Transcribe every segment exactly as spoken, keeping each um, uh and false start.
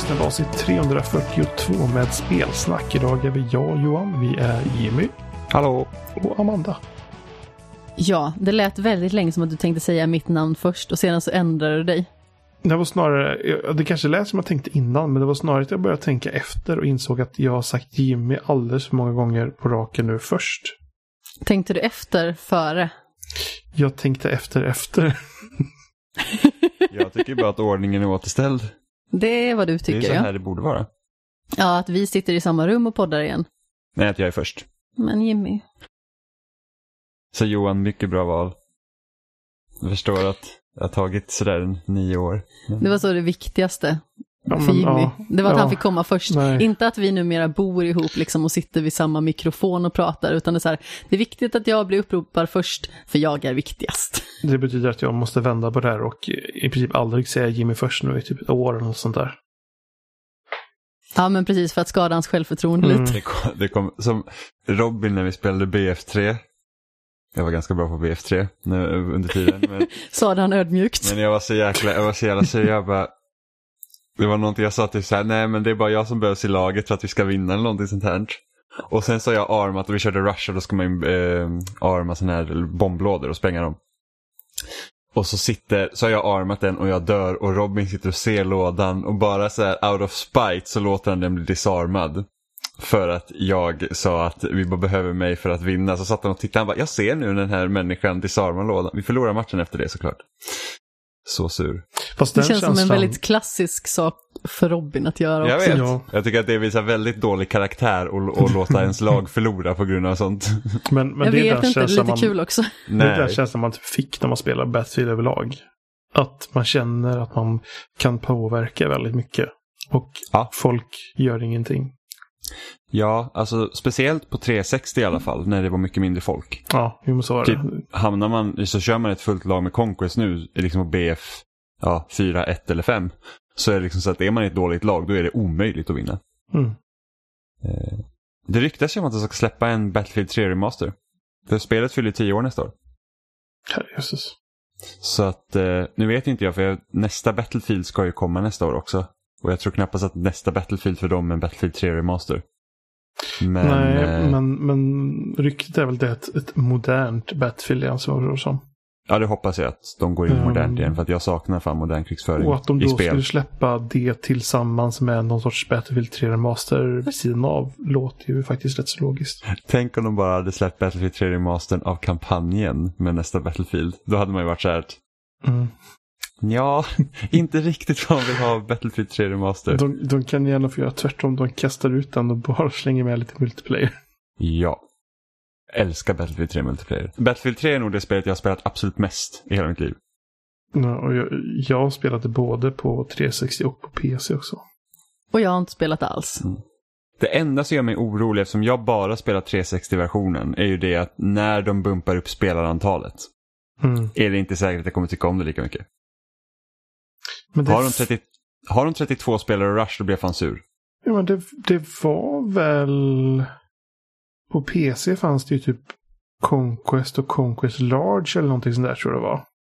lyssnar på avsnitt trehundrafyrtiotvå med spelsnack. Idag är vi jag, Johan, vi är Jimmy. Hallå. Och Amanda. Ja, det lät väldigt länge som att du tänkte säga mitt namn först och sedan så ändrade du dig. Det var snarare, det kanske lät som jag tänkte innan, men det var snarare att jag började tänka efter och insåg att jag har sagt Jimmy alldeles för många gånger på raken nu först. Tänkte du efter före? Jag tänkte efter efter. Jag tycker bara att ordningen är återställd. Det är vad du tycker, ja. Det är så här det borde vara. Ja, att vi sitter i samma rum och poddar igen. Nej, att jag är först. Men Jimmy. Så Johan, mycket bra val. Jag förstår att det har tagit sådär nio år. Men... Det var så det viktigaste Ja, för men, Jimmy. ja, det var att ja, han fick komma först. Nej. Inte att vi numera bor ihop liksom och sitter vid samma mikrofon och pratar. Utan det är så här, det är viktigt att jag blir uppropad först, för jag är viktigast. Det betyder att jag måste vända på det här och i princip aldrig säga Jimmy först nu i typ ett år eller något sånt där. Ja, men precis, för att skada hans självförtroende Mm. lite. Det kom, det kom som Robin när vi spelade B F tre. Jag var ganska bra på B F tre nu, under tiden. Men, Sa det han ödmjukt. men jag var så jäkla, jag var så jävla så jag bara... Det var någonting jag sa till så här, nej men det är bara jag som behövs i laget för att vi ska vinna eller någonting sånt här. Och sen så jag armat och vi körde rush och då ska man ju eh, arma såna här bomblådor och spränga dem. Och så sitter, så har jag armat den och jag dör och Robin sitter och ser lådan och bara så här out of spite så låter han den bli disarmad. För att jag sa att vi bara behöver mig för att vinna. Så satt han och tittade, han bara, jag ser nu den här människan disarma lådan. Vi förlorar matchen efter det såklart. Så sur. Fast Det den känns som en känslan- väldigt klassisk sak för Robin att göra Jag också. vet. Ja. Jag tycker att det visar väldigt dålig karaktär och, och låta ens lag förlora på grund av sånt. Men, men Jag det är vet den inte, det är känslan lite man, kul också. det är den Nej. känslan man fick när man spelar Battlefield överlag. Att man känner att man kan påverka väldigt mycket. Och Ja. folk gör ingenting. Ja, alltså speciellt på trehundrasextio i alla fall, när det var mycket mindre folk. Ja, vi måste vara Typ, det. hamnar man, så kör man ett fullt lag med Conquest nu, liksom på B F ja, fyra, ett eller fem, så är det liksom så att är man i ett dåligt lag, då är det omöjligt att vinna. Mm. Eh, det ryktas ju om att de ska släppa en Battlefield tre remaster. För spelet fyller tio år nästa år. Herrejösses. Så att, eh, nu vet inte jag, för jag, nästa Battlefield ska ju komma nästa år också. Och jag tror knappast att nästa Battlefield för dem är en Battlefield tre remaster. Men, Nej, eh, men, men ryktet är väl det ett, ett modernt Battlefield igen så det som. ja, det hoppas jag att de går in Mm. modernt igen, för att jag saknar fan modern krigsföring Och att de i då spel. skulle släppa det tillsammans med någon sorts Battlefield tre remaster vid sidan av låter ju faktiskt rätt så logiskt. Tänk om de bara hade släppt Battlefield tre remastern av kampanjen med nästa Battlefield. Då hade man ju varit så här att, Mm. ja, inte riktigt vad man vill ha Battlefield tre remaster. De, de kan gärna få göra tvärtom. De kastar ut den och bara slänger med lite multiplayer. Ja. Älskar Battlefield tre multiplayer. Battlefield tre är nog det spelet jag har spelat absolut mest i hela mitt liv. Ja, och jag, jag spelade både på trehundrasextio och på P C också. Och jag har inte spelat alls. Mm. Det enda som gör mig orolig, eftersom jag bara spelar trehundrasextio-versionen, är ju det att när de bumpar upp spelarantalet Mm. är det inte säkert att jag kommer tycka om det lika mycket. Men det, Har de, trettio, har de trettiotvå spelare och rush, då blir jag fan sur. ja, men det, det var väl... På P C fanns det ju typ Conquest och Conquest Large eller någonting sånt där tror jag det var.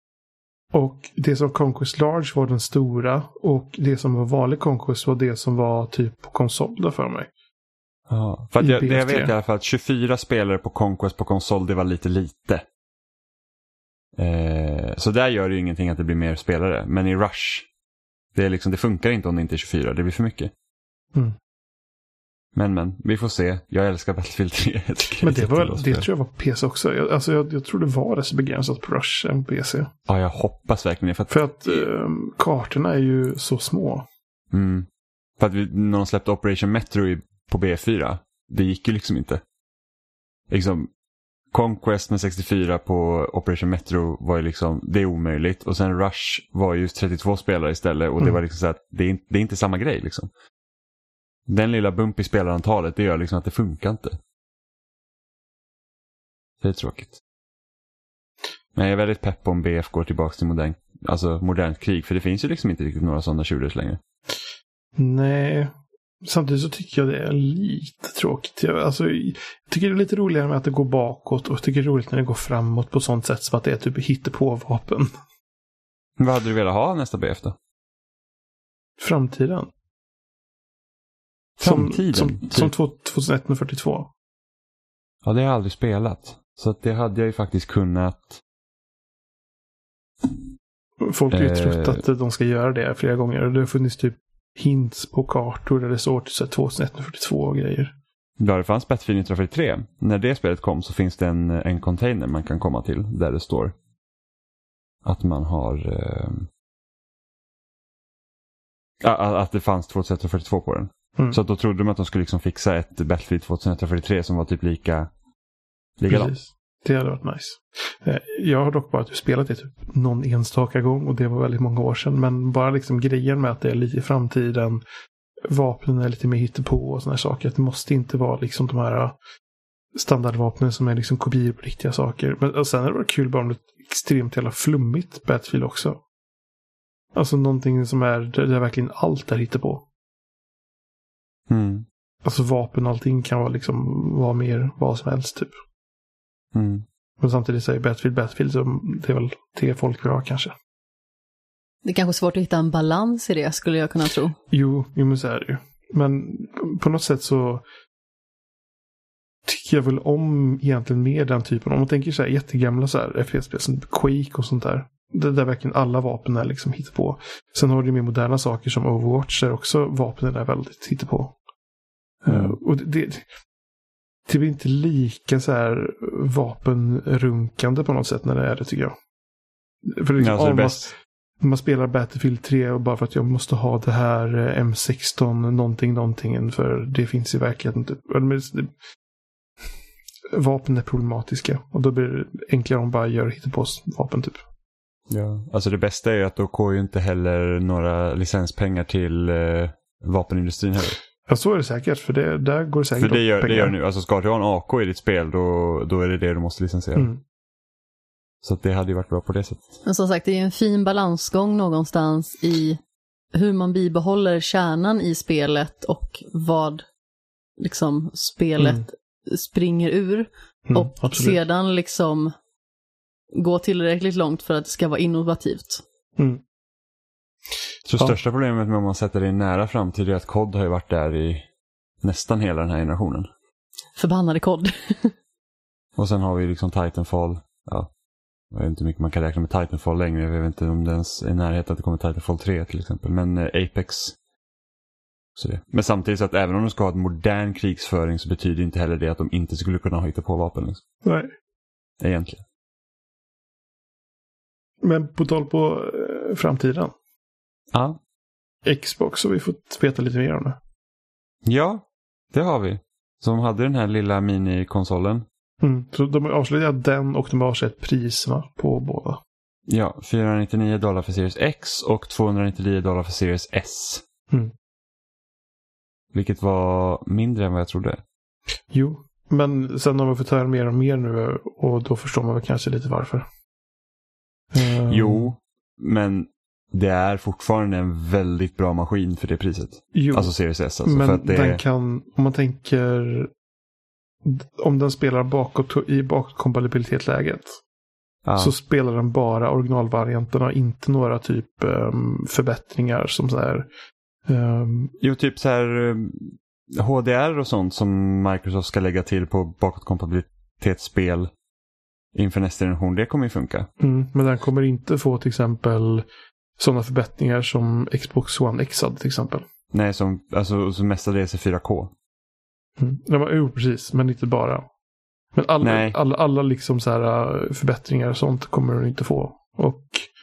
Och det som Conquest Large var den stora och det som var vanlig Conquest var det som var typ på konsol där för mig. Ja. För att I jag, B F tre. jag vet i alla fall att tjugofyra spelare på Conquest på konsol, det var lite lite. Eh, så där gör det ju ingenting att det blir mer spelare. Men i Rush, det, är liksom, det funkar inte om det inte är tjugofyra, det blir för mycket. Mm. Men men, vi får se. Jag älskar Battlefield tre. Jag tycker Men är det, var, jättebra det spel. tror jag var på P C också. Jag, alltså jag, jag tror det var rätt så begränsat på Rush än på P C. Ja, jag hoppas verkligen det. För att, För att eh, kartorna är ju så små. mm, för att vi, när de släppte Operation Metro i, på B F fyra, det gick ju liksom inte. Liksom, Conquest med sextiofyra på Operation Metro var ju liksom, det är omöjligt. Och sen Rush var ju trettiotvå spelare istället. Och det Mm. var liksom så att det är, det är inte samma grej liksom. Den lilla bump i spelarantalet, det gör liksom att det funkar inte. Det är tråkigt. Men jag är väldigt pepp på om B F går tillbaka till modern, alltså modernt krig. För det finns ju liksom inte riktigt några sådana shooters längre. Nej, samtidigt så tycker jag det är lite tråkigt. Jag, alltså, jag tycker det är lite roligare med att det går bakåt och jag tycker det är roligt när det går framåt på sånt sätt som att det är typ hittepå-vapen. Vad hade du velat ha nästa B F då? Framtiden. Framtiden? Som, som, typ. som tjugohundraett fyrtiotvå. Ja, det har jag aldrig spelat. Så att det hade jag ju faktiskt kunnat... Folk har ju Eh. trott att de ska göra det flera gånger. Det har funnits typ hints på kartor där det står till tjugohundraett fyrtiotvå och grejer. Ja, det fanns Battlefield niohundrafyrtiotre. När det spelet kom så finns det en, en container man kan komma till där det står att man har... Eh... Att det fanns tjugohundraett fyrtiotvå på den. Mm. Så att då trodde de att de skulle liksom fixa ett Battlefield tjugohundraett fyrtiotre som var typ lika likadant. Precis. Det hade varit nice. Jag har dock bara typ spelat det typ någon enstaka gång och det var väldigt många år sedan. Men bara liksom grejen med att det är lite i framtiden, vapnen är lite mer hittepå och såna här saker. Att det måste inte vara liksom de här standardvapnen som är liksom kopior på riktiga saker. Men och sen är det varit kul bara om det är extremt jävla flummigt Battlefield också. Alltså någonting som är där, där verkligen allt är hittepå. Mm. Alltså vapen och allting kan vara liksom vara mer vad som helst typ. Mm. Men samtidigt säger Battlefield Battlefield så det är väl det folk vill ha kanske. Det är kanske svårt att hitta en balans i det, skulle jag kunna tro. Jo, jo men så är det ju. Men på något sätt så tycker jag väl om egentligen mer den typen. Om man tänker så här jättegamla så här F P S-spel som Quake och sånt där. Det där verkligen alla vapen är liksom hittepå. Sen har du mer moderna saker som Overwatch där också vapnen är väldigt hittepå. Mm. Uh, och det, det, det blir inte lika så här vapenrunkande på något sätt när det är det tycker jag. För liksom, ja, så det man, bäst. man spelar Battlefield tre och bara för att jag måste ha det här M sexton någonting någonting för det finns i verkligheten typ. Vapen är problematiska och då blir det enklare om bara gör hitta på vapen typ. Ja, alltså det bästa är att då går ju inte heller några licenspengar till eh, vapenindustrin heller. Ja, så är det säkert, för det, där går det säkert för det gör, pengar. det gör nu, alltså ska du ha en A K i ditt spel då, då är det det du måste licensiera. Mm. Så att det hade ju varit bra på det sättet. Men som sagt, det är en fin balansgång någonstans i hur man bibehåller kärnan i spelet och vad liksom spelet mm. springer ur. Mm, och absolut. Sedan liksom gå tillräckligt långt för att det ska vara innovativt. Mm. Så ja. Största problemet med om man sätter det i nära framtid är att C O D har ju varit där i nästan hela den här generationen. Förbannade C O D. Och sen har vi liksom Titanfall. Ja, jag vet inte hur mycket man kan räkna med Titanfall längre. Jag vet inte om det ens är i närheten att det kommer Titanfall tre till exempel. Men eh, Apex. Så det. Men samtidigt så att även om de ska ha en modern krigsföring så betyder inte heller det att de inte skulle kunna hitta på vapen. Liksom. Nej. Egentligen. Men på tal på eh, framtiden. Ja. Xbox har vi fått veta lite mer om det. Ja, det har vi. Som hade den här lilla minikonsolen. Mm. Så de har avslöjat den och de har avslöjat priserna på båda. Ja, fyrahundranittionio dollar för Series X och tvåhundranittionio dollar för Series S. Mm. Vilket var mindre än vad jag trodde. Jo, men sen har vi fått höra mer och mer nu och då förstår man väl kanske lite varför. Um... Jo, men det är fortfarande en väldigt bra maskin för det priset. Jo, alltså Series S. Alltså, men för att det... den kan, om man tänker, om den spelar bakåt i bakåtkompatibilitetsläget ja. så spelar den bara originalvarianterna, inte några typ um, förbättringar som så här. Um... Jo, typ så här um, H D R och sånt som Microsoft ska lägga till på bakåtkompatibilitetsspel inför nästa generation, det kommer ju funka. Mm, men den kommer inte få till exempel sådana förbättringar som Xbox One X hade till exempel. Nej, som, alltså, som mestadels är fyra K. Mm. Ja, jo, precis, men inte bara. Men alla, alla, alla liksom så här förbättringar och sånt kommer den inte få. Och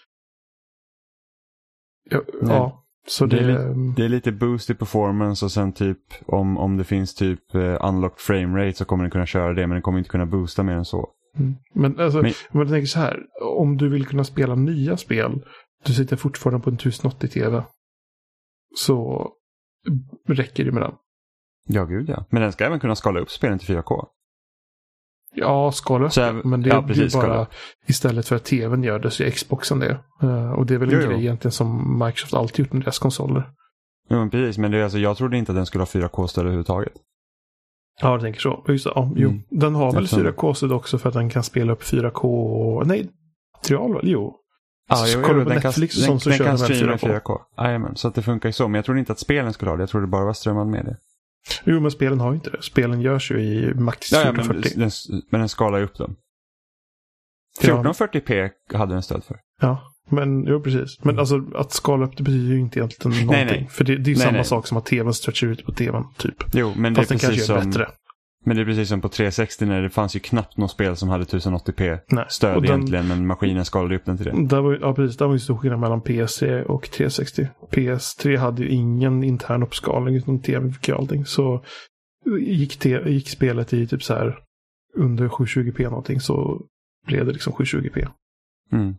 ja, ja så det, det, är li- det är lite boost i performance och sen typ om, om det finns typ uh, unlocked frame rate så kommer den kunna köra det, men den kommer inte kunna boosta mer än så. Mm. Men alltså, men, om jag tänker så här, om du vill kunna spela nya spel, du sitter fortfarande på en tusen åttio-tv, så räcker det med den. Ja, gud ja. Men den ska även kunna skala upp spelen till fyra K. Ja, skala upp så, det. Men det ja, är precis, bara istället för att tvn gör det så är Xboxen det. Uh, och det är väl en jo, grej jo. egentligen som Microsoft alltid gjort med deras konsoler. Ja, men precis. Men det är alltså, jag trodde inte att den skulle ha fyra K-stöd överhuvudtaget. Ja, jag tänker så. Just det, ja, jo. Mm. Den har väl fyra K-stöd också för att den kan spela upp fyra K. Nej, material väl? Jo. Ja, jo, jo, jo, den Netflix kan, och sånt den, så den kan streama fyra K. Jajamän, så att det funkar ju så. Men jag trodde inte att spelen skulle ha det. Jag trodde det bara var strömmad med det. Jo, men spelen har ju inte det. Spelen görs ju i max ja, ja, fjorton fyrtio. men, den, men den skalar ju upp dem. fjorton fyrtio p hade den stöd för. Ja, men jo precis. Men alltså att skala upp det betyder ju inte egentligen någonting. Nej, nej. För det, det är ju nej, samma nej. sak som att tvn stretchar ut på tvn, typ. Jo, men fast det är den precis kanske gör som... bättre. Men det är precis som på trehundrasextio när det fanns ju knappt något spel som hade tusen åttio p Nej. stöd Och den, egentligen, men maskinen skalade upp den till det. Där var, ja, precis. Det var ju stor skillnad mellan P S tre och trehundrasextio. P S tre hade ju ingen intern uppskalning utan tvn fick ju allting. Så gick, te, gick spelet i typ så här under sjuhundratjugo p någonting så blev det liksom sjuhundratjugo p. Mm.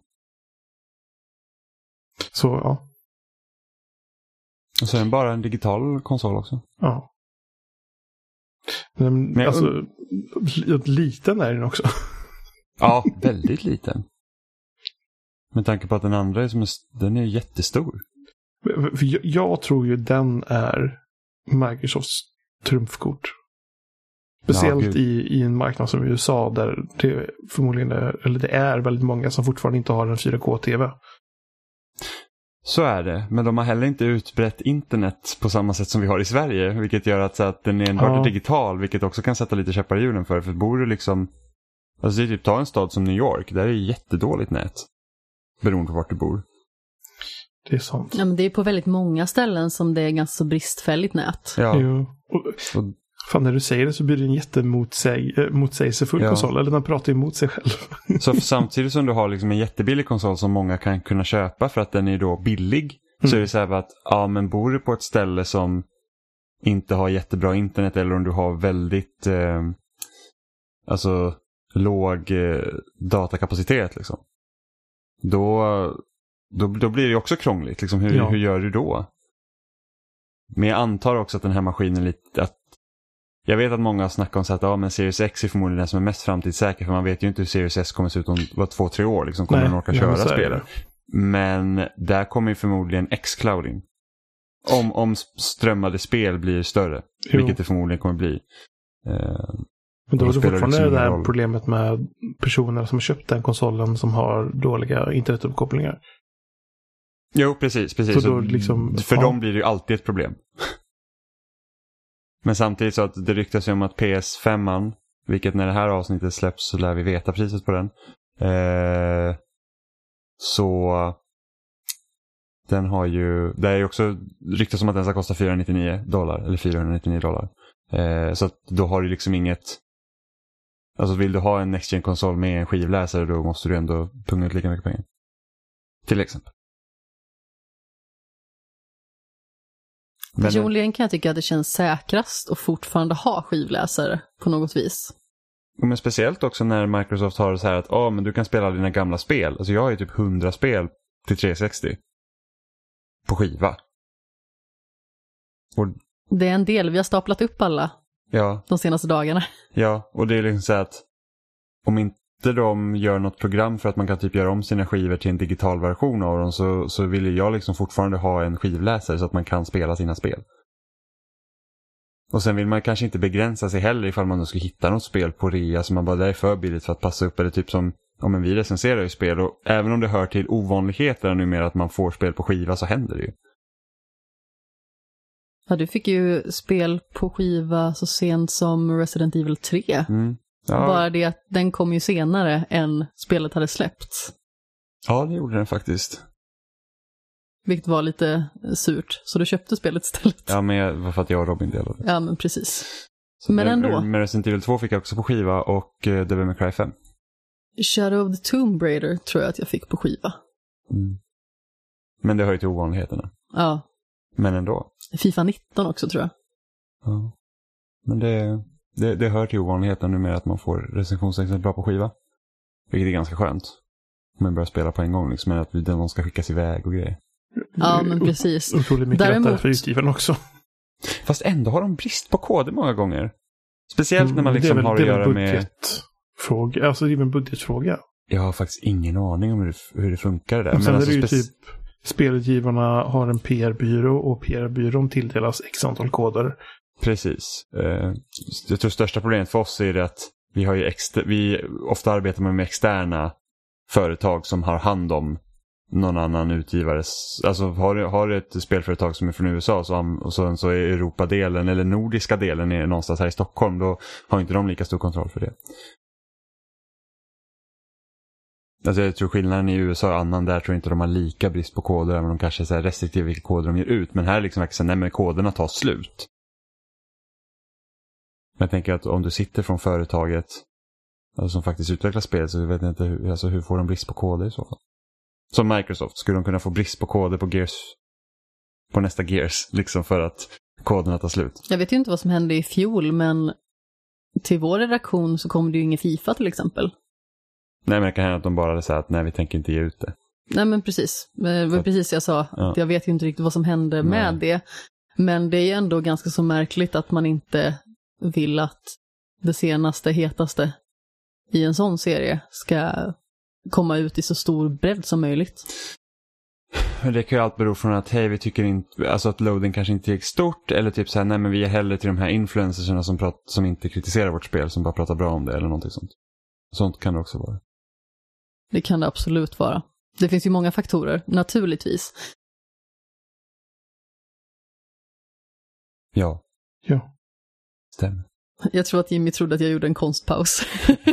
Så ja. Och så är den bara en digital konsol också. Ja. Men, Men jag, alltså, liten är den också. Ja, väldigt liten. Med tanke på att den andra är som en, den är jättestor. För jag, jag tror ju den är Microsofts trumfkort. Speciellt ja, i, i en marknad som U S A där det förmodligen är, eller det är väldigt många som fortfarande inte har en fyra K-tv. Så är det, men de har heller inte utbrett internet på samma sätt som vi har i Sverige, vilket gör att, så att den är enbart ja. digital, vilket också kan sätta lite käppar i hjulen för, för bor du liksom, alltså det är typ, ta en stad som New York, där är det jättedåligt nät, beroende på vart du bor. Det är sant. Ja, men det är på väldigt många ställen som det är ganska så bristfälligt nät. Ja. Jo. Och, och, fan, när du säger det så blir det en jättemotsägelsefull ja. konsol, eller den pratar emot sig själv. Så samtidigt som du har liksom en jättebillig konsol som många kan kunna köpa för att den är då billig, mm. så är det så här att, ja men bor du på ett ställe som inte har jättebra internet, eller om du har väldigt eh, alltså låg eh, datakapacitet liksom, då, då, då blir det också krångligt liksom, hur, ja. hur gör du då? Men jag antar också att den här maskinen lite, att jag vet att många har snackat om så att ja, men Series X är förmodligen den som är mest framtidssäker, för man vet ju inte hur Series S kommer se ut om vad, två, tre år. Liksom, kommer Nej, den orka nej, köra så spelet. Men där kommer ju förmodligen X-Cloud in. Om, om strömmade spel blir större, jo. vilket det förmodligen kommer bli. Uh, men då är det fortfarande liksom det här roll. problemet med personer som har köpt den konsolen som har dåliga internetuppkopplingar. Jo, precis. precis. Så då liksom, för ja. dem blir det ju alltid ett problem. Men samtidigt så att det ryktas ju om att P S fem, vilket när det här avsnittet släpps så lär vi veta priset på den. Eh, så den har ju, det är ju också ryktas om att den ska kosta fyrahundranittionio dollar eller fyrahundranittionio dollar. Eh, så att då har du liksom inget, alltså vill du ha en Next Gen-konsol med en skivläsare, då måste du ändå punga ut lika mycket pengar. Till exempel. Personligen kan jag tycka att det känns säkrast att fortfarande ha skivläsare på något vis. Men speciellt också när Microsoft har så här att oh, men du kan spela dina gamla spel. Alltså jag har ju typ hundra spel till trehundrasextio på skiva. Och, det är en del, vi har staplat upp alla ja, de senaste dagarna. Ja, och det är liksom så att om inte de gör något program för att man kan typ göra om sina skivor till en digital version av dem, så, så vill jag liksom fortfarande ha en skivläsare så att man kan spela sina spel. Och sen vill man kanske inte begränsa sig heller ifall man då ska hitta något spel på rea som man bara, det är för billigt för att passa upp. Eller typ som, ja men vi recenserar ju spel, och även om det hör till ovanligheter numera att man får spel på skiva, så händer det ju. Ja, du fick ju spel på skiva så sent som Resident Evil tre. Mm. Ja. Bara det att den kom ju senare än spelet hade släppts. Ja, det gjorde den faktiskt. Vilket var lite surt. Så du köpte spelet istället. Ja, men jag, var för att jag och Robin delade. Ja, men precis. Så men det, ändå. Med Resident Evil två fick jag också på skiva, och uh, Devil May Cry fem. Shadow of the Tomb Raider tror jag att jag fick på skiva. Mm. Men det hör ju till ovanligheterna. Ja. Men ändå. FIFA nitton också tror jag. Ja. Men det, det, det hör till ovanligheterna numera att man får recensionsexemplar på skiva. Vilket är ganska skönt. Om man börjar spela på en gång, liksom, men att de ska skickas iväg och grejer. Ja, men precis. Otroligt mycket Däremot... lättare för utgivaren också. Fast ändå har de brist på koder många gånger. Speciellt när man liksom väl, har att göra med... Fråga. Alltså det är en budgetfråga. Jag har faktiskt ingen aning om hur det, hur det funkar där. Och sen men är det alltså ju spec... typ spelutgivarna har en P R-byrå och P R-byrån tilldelas x antal koder. Precis. Uh, jag tror största problemet för oss är det att vi har ju exter... vi ofta arbetar med externa företag som har hand om någon annan utgivare. Alltså har du, har du ett spelföretag som är från U S A så, och så, så är Europa-delen eller nordiska delen är någonstans här i Stockholm, då har inte de lika stor kontroll för det. Alltså jag tror skillnaden i U S A och annan där tror jag inte de har lika brist på koder, även om de kanske är så här restriktiva vilka koder de ger ut. Men här är liksom verkligen, nej men koderna tar slut. Men jag tänker att om du sitter från företaget alltså som faktiskt utvecklar spel, så vet jag inte hur, alltså hur får de brist på koder i så fall. Som Microsoft, skulle de kunna få brist på koder på Gears, på nästa Gears, liksom för att koderna tar slut? Jag vet ju inte vad som hände i fjol, men till vår redaktion så kommer det ju ingen FIFA till exempel. Nej, men det kan hända att de bara säger att nej, vi tänker inte ge ut det. Nej, men precis. Det var precis jag sa. Ja. Jag vet ju inte riktigt vad som hände nej. med det. Men det är ju ändå ganska så märkligt att man inte vill att det senaste, hetaste i en sån serie ska komma ut i så stor bredd som möjligt. Det kan ju allt bero från att hej, vi tycker inte, alltså att loaden kanske inte är stort, eller typ så här, nej men vi är hellre till de här influencerserna som, prat, som inte kritiserar vårt spel, som bara pratar bra om det eller någonting sånt. Sånt kan det också vara. Det kan det absolut vara. Det finns ju många faktorer, naturligtvis. Ja. Ja. Stämmer. Jag tror att Jimmy trodde att jag gjorde en konstpaus.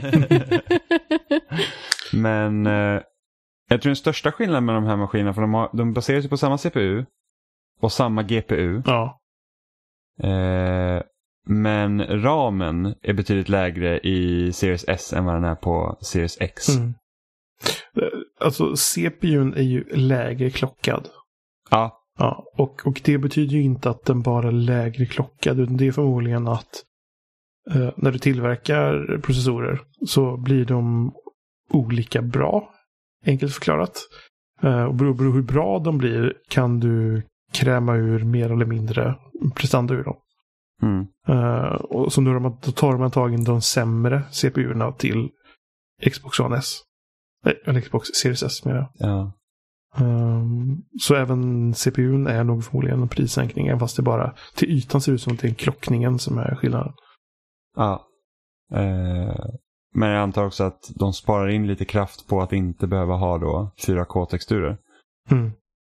Men eh, jag tror den största skillnaden med de här maskinerna, för de, har, de baserar sig på samma C P U och samma G P U. Ja. Eh, men ramen är betydligt lägre i Series S än vad den är på Series X. Mm. Alltså C P U:n är ju lägre klockad. Ja. Ja, och, och det betyder ju inte att den bara är lägre klockad, utan det är förmodligen att eh, när du tillverkar processorer så blir de olika bra, enkelt förklarat. Eh, och beroende på hur bra de blir kan du kräma ur mer eller mindre prestanda ur dem. Mm. Uh, och så nu de, då tar man antagligen de sämre C P U-erna till Xbox One S. Nej, en Xbox Series S menar jag. Ja. Um, så även C P U:n är nog förmodligen en prissänkning, fast det bara till ytan ser ut som att det är klockningen som är skillnaden. Ja. Uh, men jag antar också att de sparar in lite kraft på att inte behöva ha då fyra K-texturer. Mm.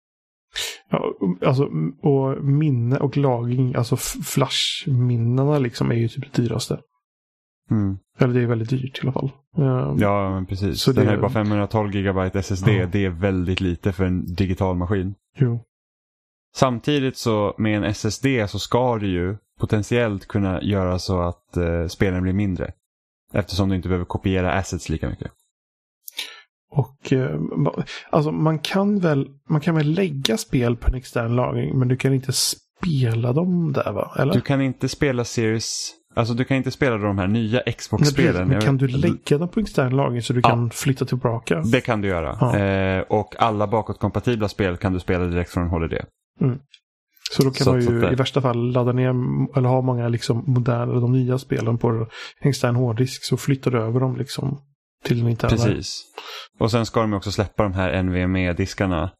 Ja, alltså, och minne och lagring, alltså flashminnena liksom är ju typ det dyraste. Mm. Eller det är väldigt dyrt i alla fall. Um, ja, men precis. Så den det... här är bara femhundratolv gigabyte S S D. Ja. Det är väldigt lite för en digital maskin. Jo. Samtidigt så med en S S D så ska du ju potentiellt kunna göra så att eh, spelen blir mindre. Eftersom du inte behöver kopiera assets lika mycket. Och eh, alltså man kan väl man kan väl lägga spel på en extern lagring, men du kan inte spela dem där, va? Eller? Du kan inte spela Series, alltså du kan inte spela de här nya Xbox-spelen. Men kan du lägga dem på extern lagring så du ja. kan flytta tillbaka? Det kan du göra. Ja. Eh, och alla bakåtkompatibla spel kan du spela direkt från en H D D. Mm. Så då kan så, man ju så i värsta fall ladda ner eller ha många liksom moderna, de nya spelen på en extern hårddisk, så flyttar du över dem liksom till den interna. Precis. Och sen ska de också släppa de här N V M E-diskarna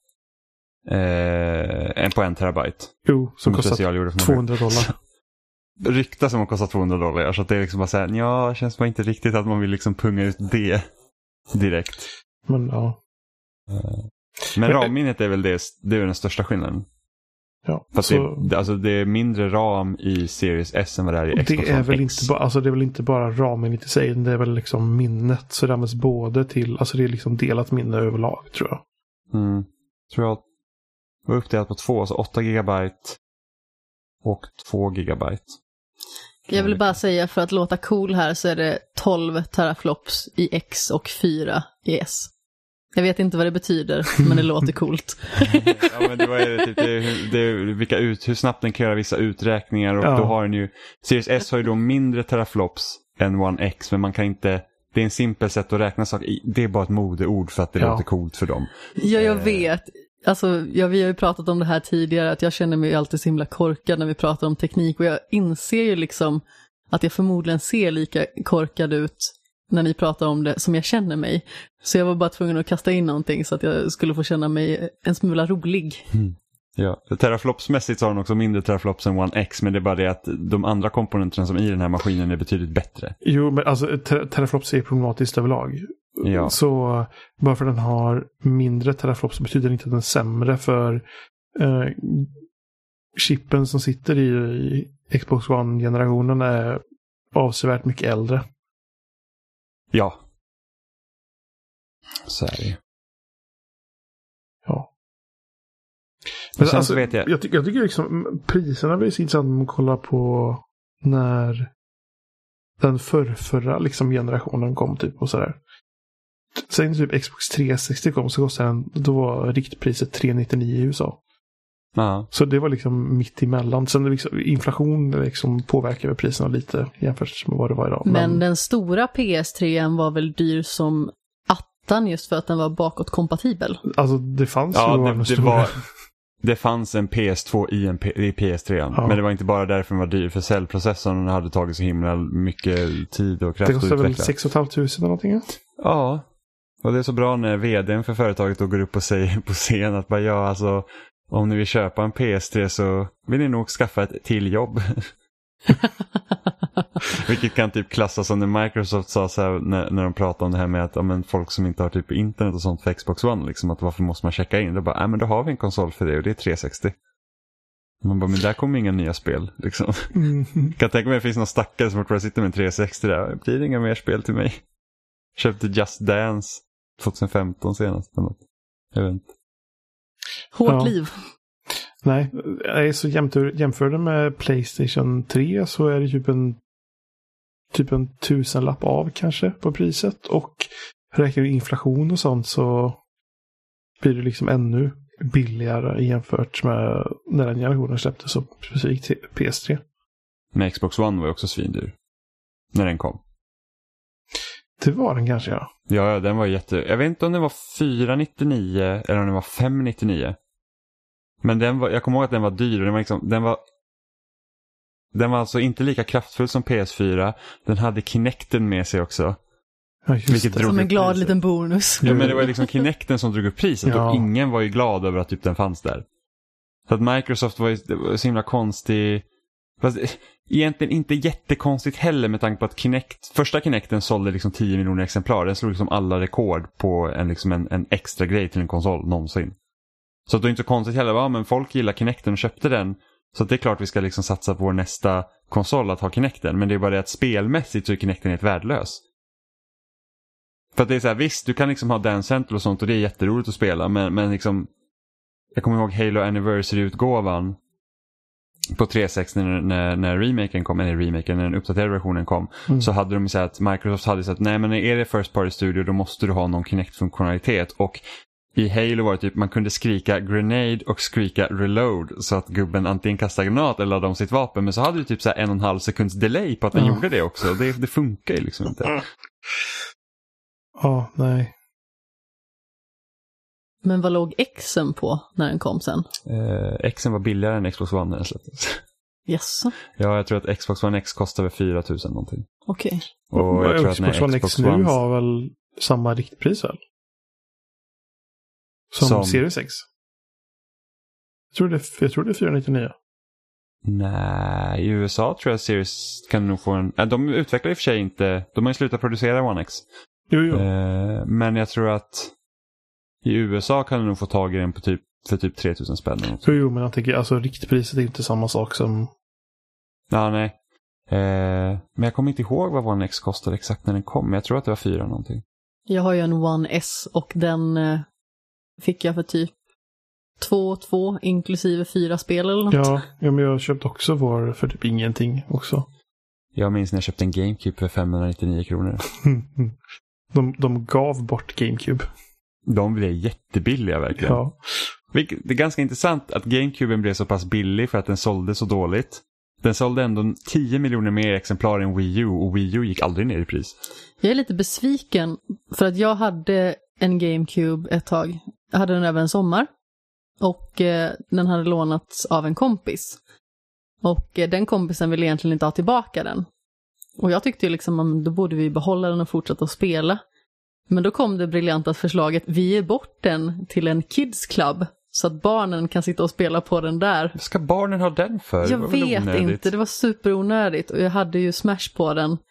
eh, en på en terabyte. Jo, som kostar tvåhundra dollar. Rykta som har kostat tvåhundra dollar. Så att det är liksom bara så här, ja, känns bara inte riktigt att man vill liksom punga ut det direkt. Men ja. Men ramminnet är väl det, det är den största skillnaden. Ja, för så... det, alltså det är mindre ram i Series S än vad det är i Xbox One X. Det är väl inte bara, alltså det är väl inte bara ramminnet i sig, det är väl liksom minnet, så det används både till, alltså det är liksom delat minne överlag, tror jag. Mm. Tror jag var uppdelat på två, alltså åtta gigabyte och två gigabyte. Jag vill bara säga, för att låta cool här, så är det tolv teraflops i X och fyra i S. Jag vet inte vad det betyder, men det låter coolt. Ja, men det var det, typ, det, det, vilka ut, hur snabbt den kan göra vissa uträkningar. Och ja. då har den ju, Series S har ju då mindre teraflops än One X, men man kan inte, det är en simpel sätt att räkna saker. Det är bara ett modeord för att det ja. låter coolt för dem. Ja, jag vet. Alltså, ja, vi har ju pratat om det här tidigare, att jag känner mig alltid så himla korkad när vi pratar om teknik. Och jag inser ju liksom att jag förmodligen ser lika korkad ut när ni pratar om det som jag känner mig. Så jag var bara tvungen att kasta in någonting så att jag skulle få känna mig en smula rolig. Mm. Ja, teraflopsmässigt så har den också mindre teraflops än One X, men det är bara det att de andra komponenterna som i den här maskinen är betydligt bättre. Jo, men alltså ter- teraflops är problematiskt överlag. Ja. Så bara för att den har mindre teraflops så betyder det inte att den är sämre, för eh, chippen som sitter i, i Xbox One-generationen är avsevärt mycket äldre. Ja. Så är det. Ja. Men Men sen alltså, så vet jag... jag, ty- jag tycker liksom priserna blir så intressant om man kollar på när den för, förra liksom generationen kom typ och sådär. Sen typ Xbox tre sextio kom så kostade den, då var riktpriset tre nittionio i U S A. Ja. Så det var liksom mitt emellan. Sen det liksom, inflation liksom påverkar priserna lite jämfört med vad det var idag. Men, Men den stora P S tre var väl dyr som attan just för att den var bakåtkompatibel. alltså det fanns Ja, ju det, en det, stor... var, det fanns en P S två i en P, i P S tre. Ja. Men det var inte bara därför den var dyr. För cellprocessorn hade tagit så himla mycket tid och kraft Det att kostade väl utveckla. sex och ett halvt tusen eller någonting? Ja. Och det är så bra när vdn för företaget då går upp och säger på scen att bara, ja, alltså, om ni vill köpa en P S tre så vill ni nog skaffa ett till jobb. Vilket kan typ klassas som när Microsoft sa så här, när, när de pratade om det här med att ja, men folk som inte har typ internet och sånt för Xbox One, liksom, att varför måste man checka in? Då bara, ja men då har vi en konsol för det och det är tre sextio. Man bara, men där kommer inga nya spel. Liksom. Mm. Kan tänka mig att det finns någon stackare som bara sitter med en tre sextio där. Det blir inga mer spel till mig. Köpte Just Dance tjugohundrafemton senast. Eller något. Jag vet inte. Hårt Ja. liv. Nej, nej, så jämför, jämför det med PlayStation tre så är det typ en typ en tusenlapp av kanske på priset, och räknar du inflation och sånt så blir det liksom ännu billigare jämfört med när den generationen släpptes, så specifikt till P S tre. Men Xbox One var ju också svindyr. När den kom. Det var den kanske, ja. Ja, ja, den var jätte... Jag vet inte om den var fyra nittionio eller om den var fem nittionio. Men den var... jag kommer ihåg att den var dyr. Den var liksom... Den var... Den var alltså inte lika kraftfull som P S fyra. Den hade Kinecten med sig också. Ja, just Vilket det. drog Som en upp glad priset. liten bonus. Ja, men det var liksom Kinecten som drog upp priset. Ja. Och ingen var ju glad över att typ den fanns där. Så att Microsoft var ju det var så himla konstig... Fast, egentligen inte jättekonstigt heller med tanke på att Kinect, första Kinecten sålde liksom tio miljoner exemplar. Den slog liksom alla rekord på en, liksom en, en extra grej till en konsol någonsin. Så att det är inte så konstigt heller. Ja, men folk gillar Kinecten och köpte den. Så att det är klart vi ska liksom satsa på vår nästa konsol att ha Kinecten. Men det är bara det att spelmässigt så är Kinecten helt värdelös. För att det är så här, visst, du kan liksom ha Dance Central och sånt och det är jätteroligt att spela. Men, men liksom, jag kommer ihåg Halo Anniversary-utgåvan på tre sextio när, när, när remaken kom, eller remaken, när den uppdaterade versionen kom, Mm. så hade de sagt att Microsoft hade sagt, nej men är det First Party Studio då måste du ha någon Kinect-funktionalitet, och i Halo var det typ, man kunde skrika grenade och skrika reload så att gubben antingen kastade granat eller laddade om sitt vapen, men så hade du typ så här en och en halv sekunds delay på att den Ja. gjorde det också, det, det funkar ju liksom inte. Ja, nej. Men vad låg Xen på när den kom sen? Eh, Xen var billigare än Xbox One när den släpptes. Yes. Ja, jag tror att Xbox One X kostar väl fyra tusen någonting. Okej. Och jag tror att Xbox när One Xbox X nu One har väl samma riktpris väl? Som, Som- Series X. Jag tror det, jag tror det är fyra nittionio. Nej, i U S A tror jag Series kan nog få en... Äh, de utvecklar i och för sig inte... De har ju slutat producera One X. Jo, jo. Eh, men jag tror att i U S A kan du nog få tag i den på typ, för typ tre tusen spänn. eller något. Jo, jo, men jag tänker, alltså riktpriset är inte samma sak som... Ja, nej. Eh, men jag kommer inte ihåg vad One X kostade exakt när den kom. Men jag tror att det var fyra någonting. Jag har ju en One S och den eh, fick jag för typ två två inklusive fyra spel eller något. Ja, ja, men jag köpte också vår för typ ingenting också. Jag minns när jag köpte en GameCube för femhundranittionio kronor. de, de gav bort GameCube. De blev jättebilliga verkligen. Ja. Vilket, det är ganska intressant att GameCuben blev så pass billig för att den sålde så dåligt. Den sålde ändå tio miljoner mer exemplar än Wii U, och Wii U gick aldrig ner i pris. Jag är lite besviken för att jag hade en GameCube ett tag. Jag hade den över en sommar och eh, den hade lånats av en kompis. Och eh, den kompisen ville egentligen inte ha tillbaka den. Och jag tyckte ju liksom att då borde vi behålla den och fortsätta att spela. Men då kom det briljanta förslaget, vi ger bort den till en kids club så att barnen kan sitta och spela på den där. Vad ska barnen ha den för? Det Jag var väl vet onödigt. inte, det var superonödigt och jag hade ju Smash på den.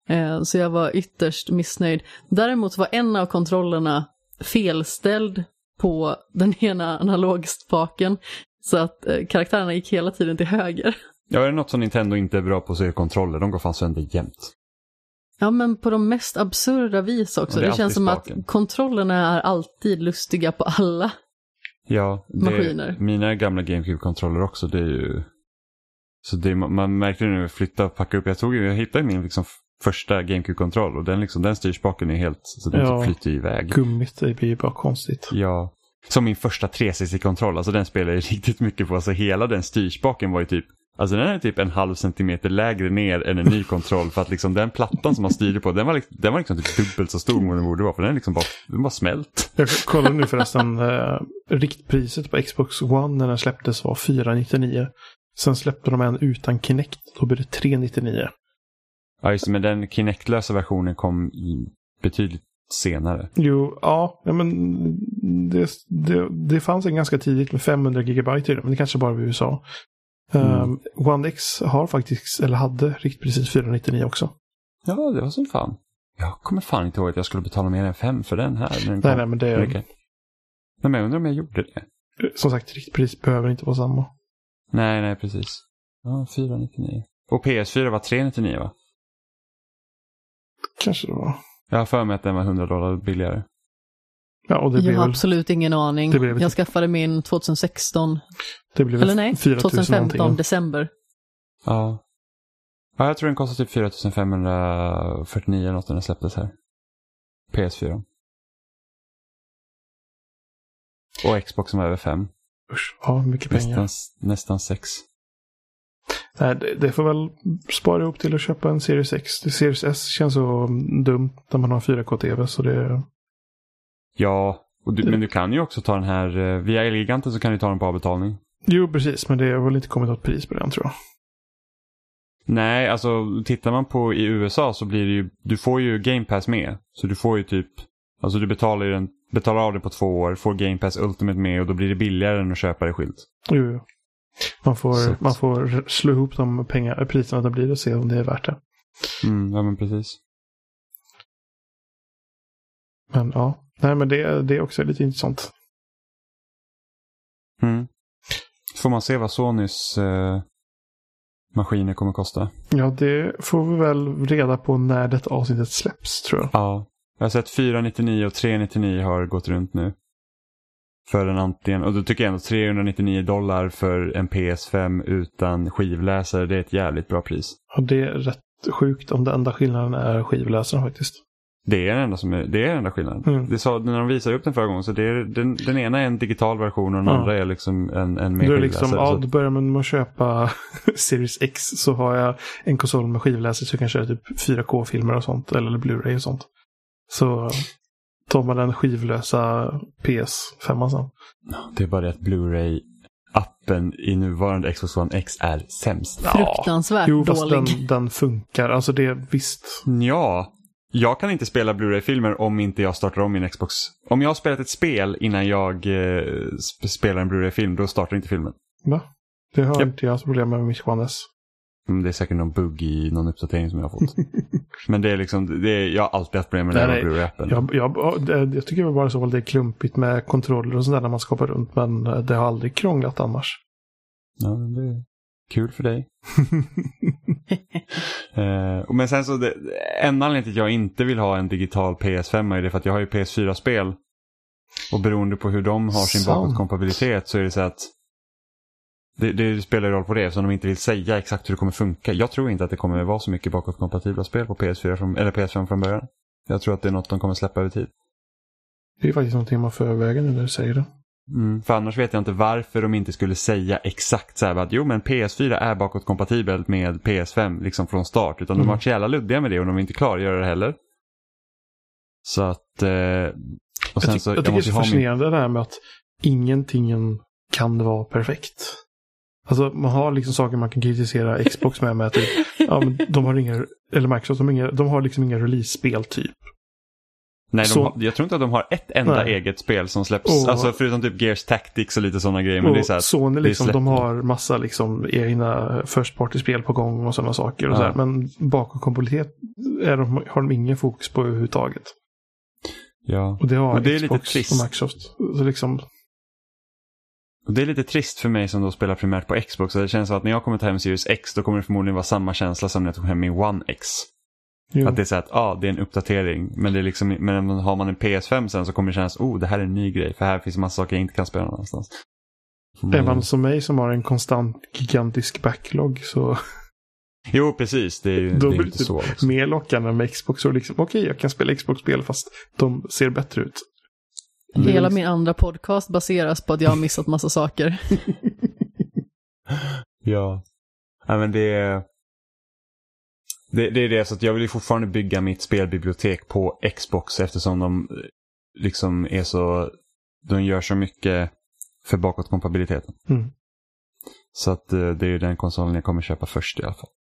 Eh, så jag var ytterst missnöjd. Däremot var en av kontrollerna felställd på den ena analogspaken. Så att eh, karaktärerna gick hela tiden till höger. Ja, är det något som Nintendo inte är bra på så är kontroller. De går fan sönder jämt. Ja, men på de mest absurda vis också. Det, det känns som spaken. Att kontrollerna är alltid lustiga på alla ja, det, maskiner. Mina gamla GameCube-kontroller också, det är ju... Så det, man märkte det när vi flyttade och packade upp. Jag, tog, jag hittade min liksom första GameCube-kontroll och den, liksom, den styrspaken är helt... Så den ja, flyter iväg. Gummit, det blir bara konstigt. Ja, som min första tre C C-kontroll. Alltså den spelar jag riktigt mycket på. Alltså hela den styrspaken var ju typ... Alltså den är typ en halv centimeter lägre ner än en ny kontroll. För att liksom den plattan som man styrde på, den var liksom, den var liksom typ dubbelt så stor som den borde vara. För den är liksom bara, den bara smält. Jag kollar nu förresten, eh, riktpriset på Xbox One när den släpptes var fyra nittionio. Sen släppte de en utan Kinect, då blev det tre nittionio. Ja just det, men den Kinect-lösa versionen kom betydligt senare. Jo, ja, men det, det, det fanns en ganska tidigt med femhundra gigabyte i det, men det kanske bara var i U S A. Mm. Um, One X har faktiskt, eller hade riktpriset fyra nittionio också. Ja, det var som fan. Jag kommer fan inte ihåg att jag skulle betala mer än fem för den här. Den nej, nej, men det... Okay. Men jag undrar om jag gjorde det. Som sagt, riktpris behöver inte vara samma. Nej, nej, precis. Ja, fyra nittionio. Och P S fyra var tre nittionio, va? Kanske det var. Jag har för mig att den var hundra dollar billigare. Ja, och det jag har väl... absolut ingen aning. Jag typ... skaffade min tjugohundrasexton. Det blev eller nej, tjugohundrafemton december. Ja. Ja, jag tror den kostar typ fyra tusen femhundrafyrtionio något när den släpptes här. P S fyra. Och Xbox som är över fem. Usch, ja, mycket pengar. Nästan, nästan sex. Nej, det, det får väl spara ihop till att köpa en Series X. Det Series S känns så dumt när man har fyra K-T V, så det... Ja, och du, men du kan ju också ta den här... Via Elgiganten så kan du ta den på avbetalning. Jo, precis. Men det har väl inte kommit något pris på den, tror jag. Nej, alltså tittar man på i U S A så blir det ju... Du får ju Game Pass med. Så du får ju typ... Alltså du betalar ju den... Betalar av det på två år, får Game Pass Ultimate med och då blir det billigare än att köpa det skilt. Jo, jo. Man får, man får slå ihop de pengar, priserna det blir och se om det är värt det. Mm, ja men precis. Men ja, nej men det, det är också lite intressant. Mm. Får man se vad Sonys eh, maskiner kommer kosta? Ja, det får vi väl reda på när det avsnittet släpps, tror jag. Ja, jag har sett fyra nittionio och tre nittionio har gått runt nu. För en antingen, och då tycker jag ändå trehundranittionio dollar för en P S fem utan skivläsare, det är ett jävligt bra pris. Ja, det är rätt sjukt om den enda skillnaden är skivläsaren faktiskt. Det är den enda, som är, det är den enda skillnaden. Mm. Det sa när de visade upp den förra gången, så det är, den, den ena är en digital version och den ja. andra är liksom en, en med skivläsare. Liksom, ja, då börjar man med att köpa Series X, så har jag en konsol med skivläsare så jag kan köra typ fyra K-filmer och sånt, eller Blu-ray och sånt. Så tar man den skivlösa P S fem sen. Det är bara det att Blu-ray-appen i nuvarande Xbox One X är sämst. Fruktansvärt jo, fast dålig. Den, den funkar. Alltså det är visst. Ja, jag kan inte spela Blu-ray-filmer om inte jag startar om min Xbox. Om jag har spelat ett spel innan jag eh, spelar en Blu-ray-film, då startar inte filmen. Va? Det har yep. inte jag problem med mitt One S. Det är säkert någon bugg i någon uppdatering som jag har fått. Men det är liksom, det är, jag har alltid haft problem med den här Blu-ray-appen. Jag, jag, jag tycker bara så att det är klumpigt med kontroller och sådär när man skapar runt, men det har aldrig krånglat annars. Ja, men det är kul för dig. uh, men sen så, det, en anledning till att jag inte vill ha en digital P S fem är det för att jag har ju P S fyra-spel. Och beroende på hur de har sin bakåtkompatibilitet så är det så att Det, det spelar roll på det, så de inte vill säga exakt hur det kommer funka. Jag tror inte att det kommer vara så mycket bakåtkompatibla spel på P S fyra från, eller P S fem från början. Jag tror att det är något de kommer släppa över tid. Det är faktiskt någonting man får överväga nu när du säger det. Mm, för annars vet jag inte varför de inte skulle säga exakt så här att jo, men P S fyra är bakåtkompatibelt med P S fem liksom från start. Utan mm. de var så jävla luddiga med det och de är inte klara att göra det heller. Så att... Eh, och sen jag, ty- så, jag, jag tycker det är så fascinerande min... det här med att ingenting kan vara perfekt. Alltså man har liksom saker man kan kritisera Xbox med, med att ja, men de har inga, eller Microsoft, de har, inga, de har liksom inga release-spel typ. Nej, de Så... har, jag tror inte att de har ett enda Nej. eget spel som släpps. Och... Alltså förutom typ Gears Tactics och lite sådana grejer. Men och det är så här, Sony liksom, det är de har massa liksom egna first party-spel på gång och sådana saker. Och Ja. så här. Men bakåtkompatibilitet är de, har de ingen fokus på överhuvudtaget. Ja. Och det har och det är Xbox lite trist. och Microsoft. Så liksom... Och det är lite trist för mig som då spelar primärt på Xbox. Så det känns som att när jag kommer ta hem Series X då kommer det förmodligen vara samma känsla som när jag tog hem min One X. Jo. Att det är så att ah, det är en uppdatering. Men, det är liksom, men har man en P S fem sen så kommer det kännas oh, det här är en ny grej. För här finns en massa saker jag inte kan spela någonstans. Mm. Är man som mig som har en konstant gigantisk backlog så... Jo, precis. Det är ju Då det är blir inte det så. typ Också. mer lockande med Xbox. Och liksom, okej, okay, jag kan spela Xbox-spel fast de ser bättre ut. Hela min andra podcast baseras på att jag har missat massa saker. Ja. Ja, men det är... Det, det är det, så att jag vill ju fortfarande bygga mitt spelbibliotek på Xbox eftersom de liksom är så... De gör så mycket för bakåtkompatibiliteten. Mm. Så att det är ju den konsolen jag kommer köpa först i alla fall.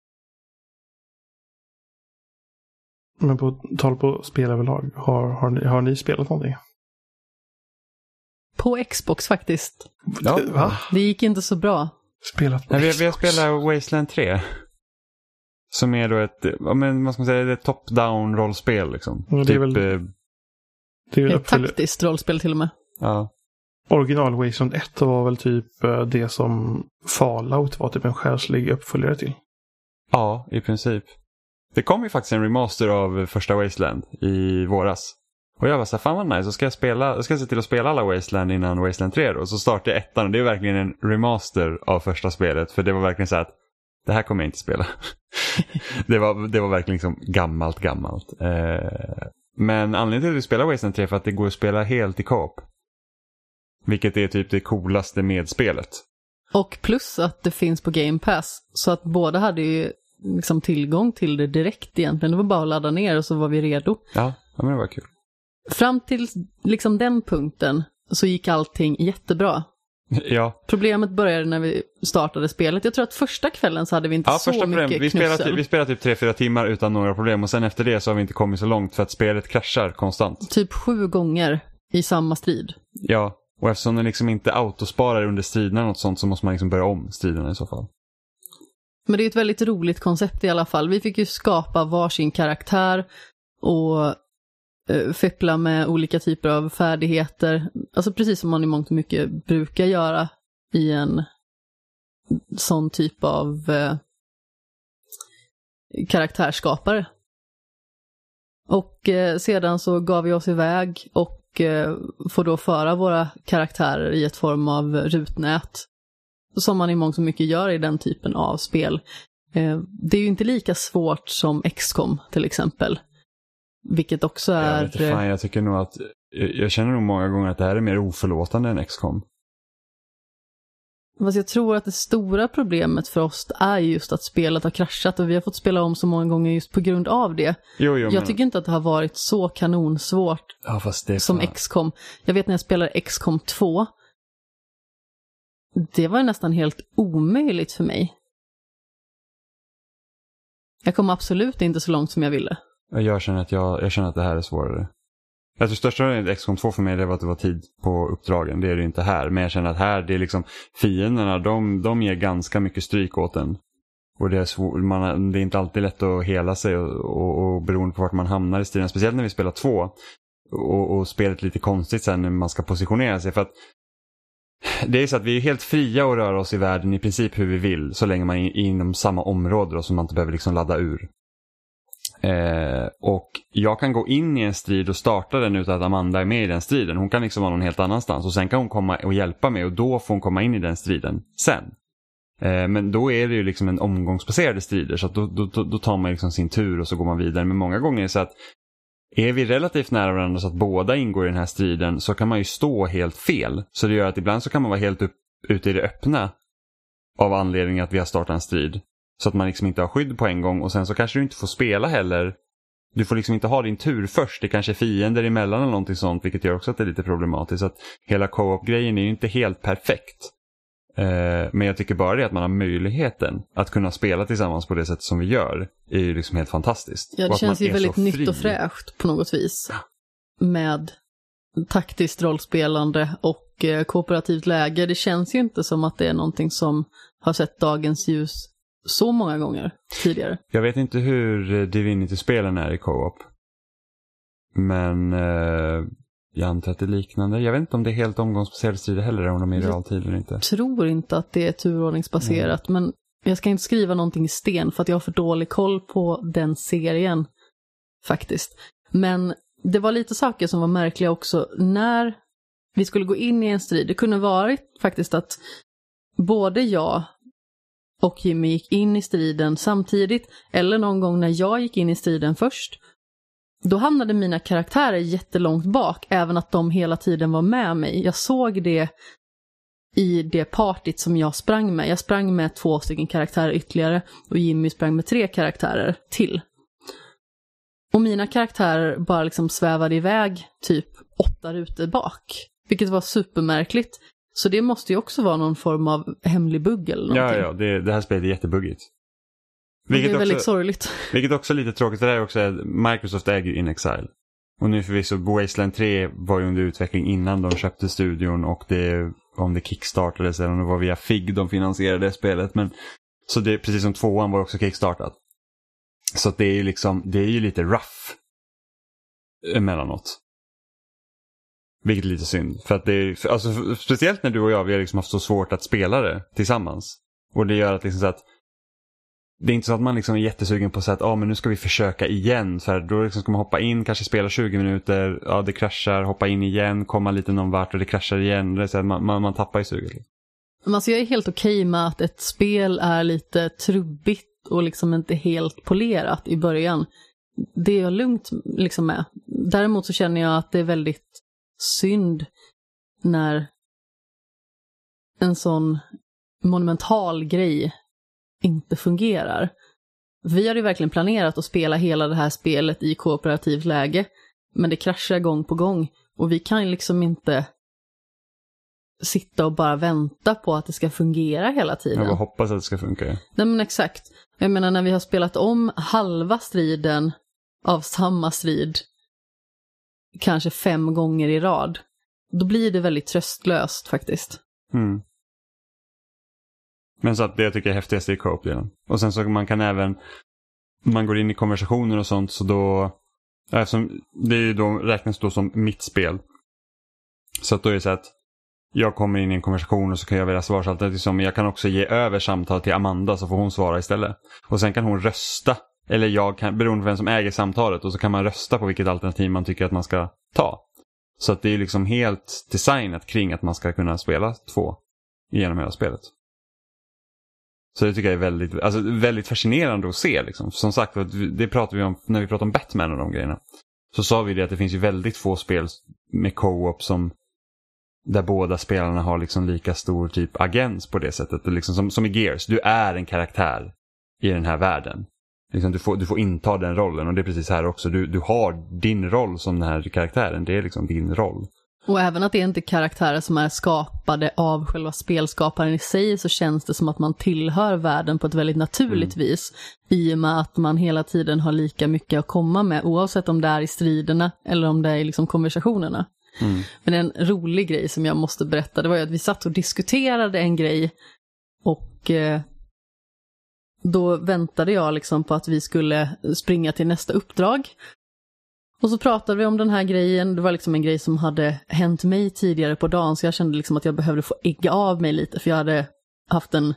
Men på tal på spel överlag, har, har, ni, har ni spelat någonting? På Xbox faktiskt. Ja. Va? Det gick inte så bra. Spelat på Nej, vi, Xbox? vi har spelat Wasteland tre. Som är då ett, ja, men vad ska man säga, ett top-down rollspel liksom. Ja, det är typ, väl- eh, Det är ju en Ett uppfölj- taktiskt rollspel till och med. ja. Original Wasteland ett var väl typ eh, det som Fallout var typ en själslig uppföljare till. Ja, i princip. Det kom ju faktiskt en remaster av första Wasteland i våras. Och jag var så här, fan vad nice, så ska jag spela, jag ska se till att spela alla Wasteland innan Wasteland tre då. Och så startade jag ettan och det är verkligen en remaster av första spelet. För det var verkligen så här att det här kommer jag inte spela. det, var, det var verkligen liksom gammalt, gammalt. Eh, men anledningen till att vi spelar Wasteland tre är för att det går att spela helt i co-op. Vilket är typ det coolaste med spelet. Och plus att det finns på Game Pass. Så att båda hade ju liksom tillgång till det direkt egentligen. Det var bara att ladda ner och så var vi redo. Ja, ja men det var kul. Fram till liksom den punkten så gick allting jättebra. Ja, Problemet började när vi startade spelet. Jag tror att första kvällen så hade vi inte ja så första mycket problem. Vi knussel. spelade, vi spelade typ tre fyra timmar utan några problem. Och sen efter det så har vi inte kommit så långt för att spelet kraschar konstant. Typ sju gånger i samma strid. Ja, och eftersom den liksom inte autosparar under striderna något sånt så måste man liksom börja om striderna i så fall. Men det är ett väldigt roligt koncept i alla fall. Vi fick ju skapa varsin karaktär och eh, feppla med olika typer av färdigheter. Alltså precis som man i mångt och mycket brukar göra i en sån typ av eh, karaktärsskapare. Och eh, sedan så gav vi oss iväg och eh, får då föra våra karaktärer i ett form av rutnät. Som man i mångt och mycket gör i den typen av spel. Eh, det är ju inte lika svårt som X COM till exempel. Vilket också är... Jag vet inte, fan, jag tycker nog att jag, jag känner nog många gånger att det här är mer oförlåtande än X COM. Fast jag tror att det stora problemet för oss är just att spelet har kraschat och vi har fått spela om så många gånger just på grund av det. Jo, jo, Jag men... tycker inte att det har varit så kanonsvårt ja, fast det är som fan... X COM. Jag vet när jag spelade X COM två. Det var nästan helt omöjligt för mig. Jag kom absolut inte så långt som jag ville. Jag känner att, jag, jag känner att det här är svårare. Jag tror största med X COM två för mig det var att det var tid på uppdragen. Det är det inte här. Men jag känner att här, det är liksom fienderna, de, de ger ganska mycket stryk åt en. Och det är, svår, man, det är inte alltid lätt att hela sig och, och, och beroende på vart man hamnar i stilen. Speciellt när vi spelar två. Och, och spelet lite konstigt sen när man ska positionera sig. För att det är så att vi är helt fria att röra oss i världen i princip hur vi vill. Så länge man är inom samma område då, som man inte behöver liksom ladda ur. Eh, och jag kan gå in i en strid och starta den utan att Amanda är med i den striden. Hon kan liksom vara någon helt annanstans. Och sen kan hon komma och hjälpa mig och då får hon komma in i den striden sen. Eh, men då är det ju liksom en omgångsbaserade strider. Så att då, då, då tar man liksom sin tur och så går man vidare. Men många gånger är det så att är vi relativt nära varandra så att båda ingår i den här striden så kan man ju stå helt fel. Så det gör att ibland så kan man vara helt upp, ute i det öppna av anledning att vi har startat en strid. Så att man liksom inte har skydd på en gång och sen så kanske du inte får spela heller. Du får liksom inte ha din tur först. Det kanske är fiender emellan eller någonting sånt vilket gör också att det är lite problematiskt. Så att hela co-op-grejen är ju inte helt perfekt. Eh, men jag tycker bara det att man har möjligheten att kunna spela tillsammans på det sätt som vi gör är ju liksom helt fantastiskt. Ja, det känns ju väldigt nytt och fräscht på något vis. Med taktiskt rollspelande och eh, kooperativt läge. Det känns ju inte som att det är någonting som har sett dagens ljus så många gånger tidigare. Jag vet inte hur Divinity-spelen är i co-op. Men eh, jag antar att det är liknande. Jag vet inte om det är helt omgångsbaserade strider heller, om de är i realtid eller inte. Jag tror inte att det är turordningsbaserat, mm. men jag ska inte skriva någonting i sten för att jag har för dålig koll på den serien faktiskt. Men det var lite saker som var märkliga också när vi skulle gå in i en strid. Det kunde varit faktiskt att både jag och Jimmy gick in i striden samtidigt, eller någon gång när jag gick in i striden först. Då hamnade mina karaktärer jättelångt bak, även att de hela tiden var med mig. Jag såg det i det partyt som jag sprang med. Jag sprang med två stycken karaktärer ytterligare och Jimmy sprang med tre karaktärer till. Och mina karaktärer bara liksom svävade iväg typ åtta rutor bak. Vilket var supermärkligt. Så det måste ju också vara någon form av hemlig bugg eller någonting. Ja, ja, det, det här spelet är jättebuggigt. Vilket det är väldigt också, sorgligt. Vilket också är lite tråkigt. Det där är också att Microsoft äger In Exile. Och nu förvisso, Wasteland tre var ju under utveckling innan de köpte studion. Och det, om det kickstartades eller om det var via F I G de finansierade det spelet. Men, så det, precis som tvåan var också kickstartat. Så det är ju liksom, det är ju lite rough emellanåt. Vilket är lite synd. För att det är, alltså, speciellt när du och jag, vi har liksom haft så svårt att spela det tillsammans. Och det gör att liksom så att det är inte så att man liksom är jättesugen på att säga att ah, men nu ska vi försöka igen. Så här, då liksom ska man hoppa in, kanske spela tjugo minuter, ja det kraschar, hoppa in igen, komma lite någon vart och det kraschar igen. Det är så här, man, man, man tappar i suget. Men alltså jag är helt okej med att ett spel är lite trubbigt och liksom inte helt polerat i början. Det är jag lugnt liksom med. Däremot så känner jag att det är väldigt synd när en sån monumental grej inte fungerar. Vi hade ju verkligen planerat att spela hela det här spelet i kooperativt läge, men det kraschar gång på gång och vi kan liksom inte sitta och bara vänta på att det ska fungera hela tiden. Jag bara hoppas att det ska funka. Nej men exakt. Jag menar när vi har spelat om halva striden av samma strid kanske fem gånger i rad, då blir det väldigt tröstlöst faktiskt. Mm. Men så att det jag tycker är häftigast i co-op-delen. Och sen så man kan även, man går in i konversationer och sånt, så då, eftersom det är ju då, räknas då som mitt spel. Så att då är det så att jag kommer in i en konversation och så kan jag välja svarsalternativ som jag kan också ge över samtal till Amanda, så får hon svara istället. Och sen kan hon rösta, eller jag kan, beroende på vem som äger samtalet, och så kan man rösta på vilket alternativ man tycker att man ska ta. Så att det är liksom helt designat kring att man ska kunna spela två genom hela spelet. Så det tycker jag är väldigt, alltså väldigt fascinerande att se liksom. Som sagt, det pratar vi om när vi pratar om Batman och de grejerna. Så sa vi det att det finns ju väldigt få spel med co-op som där båda spelarna har liksom lika stor typ agens på det sättet. Liksom som, som i Gears, du är en karaktär i den här världen. Liksom du, får, du får inta den rollen, och det är precis här också. Du, du har din roll som den här karaktären, det är liksom din roll. Och även att det är inte karaktärer som är skapade av själva spelskaparen i sig, så känns det som att man tillhör världen på ett väldigt naturligt mm. vis. I och med att man hela tiden har lika mycket att komma med, oavsett om det är i striderna eller om det är i liksom konversationerna. Mm. Men en rolig grej som jag måste berätta, det var ju att vi satt och diskuterade en grej och eh, då väntade jag liksom på att vi skulle springa till nästa uppdrag. Och så pratade vi om den här grejen. Det var liksom en grej som hade hänt mig tidigare på dagen, så jag kände liksom att jag behövde få ägga av mig lite, för jag hade haft en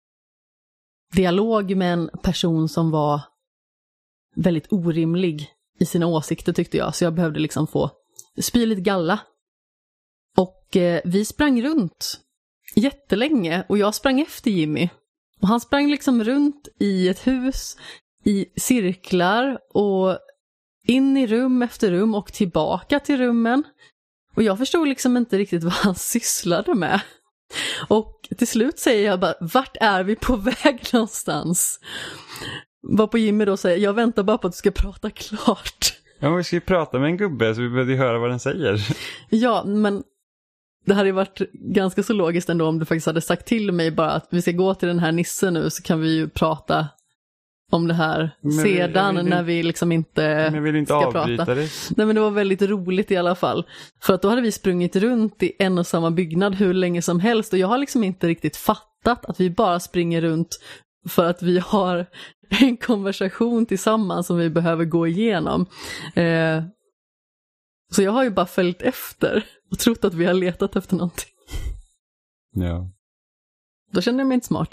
dialog med en person som var väldigt orimlig i sina åsikter, tyckte jag. Så jag behövde liksom få spy lite galla. Och eh, vi sprang runt jättelänge och jag sprang efter Jimmy. Och han sprang liksom runt i ett hus i cirklar och in i rum efter rum och tillbaka till rummen. Och jag förstod liksom inte riktigt vad han sysslade med. Och till slut säger jag bara, vart är vi på väg någonstans? Vad på Jimmy då säger, jag väntar bara på att du ska prata klart. Ja, men vi ska ju prata med en gubbe, så vi behöver höra vad den säger. Ja, men det hade ju varit ganska så logiskt ändå om du faktiskt hade sagt till mig bara att vi ska gå till den här nissen nu, så kan vi ju prata om det här men sedan vi, vill, när vi liksom inte, men vill inte ska avbryta prata. Det. Nej, men det var väldigt roligt i alla fall. För att då hade vi sprungit runt i en och samma byggnad hur länge som helst, och jag har liksom inte riktigt fattat att vi bara springer runt för att vi har en konversation tillsammans som vi behöver gå igenom. Eh, så jag har ju bara följt efter och trott att vi har letat efter någonting. Ja. Då känner jag mig inte smart.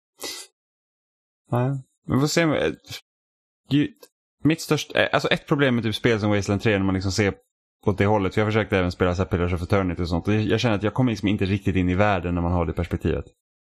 Nej. Men vad säger man? Mitt största, alltså ett problem med typ spel som Wasteland tre när man liksom ser åt det hållet, för jag försökte även spela så här Pillars of Eternity och sånt, och jag känner att jag kommer liksom inte riktigt in i världen när man har det perspektivet.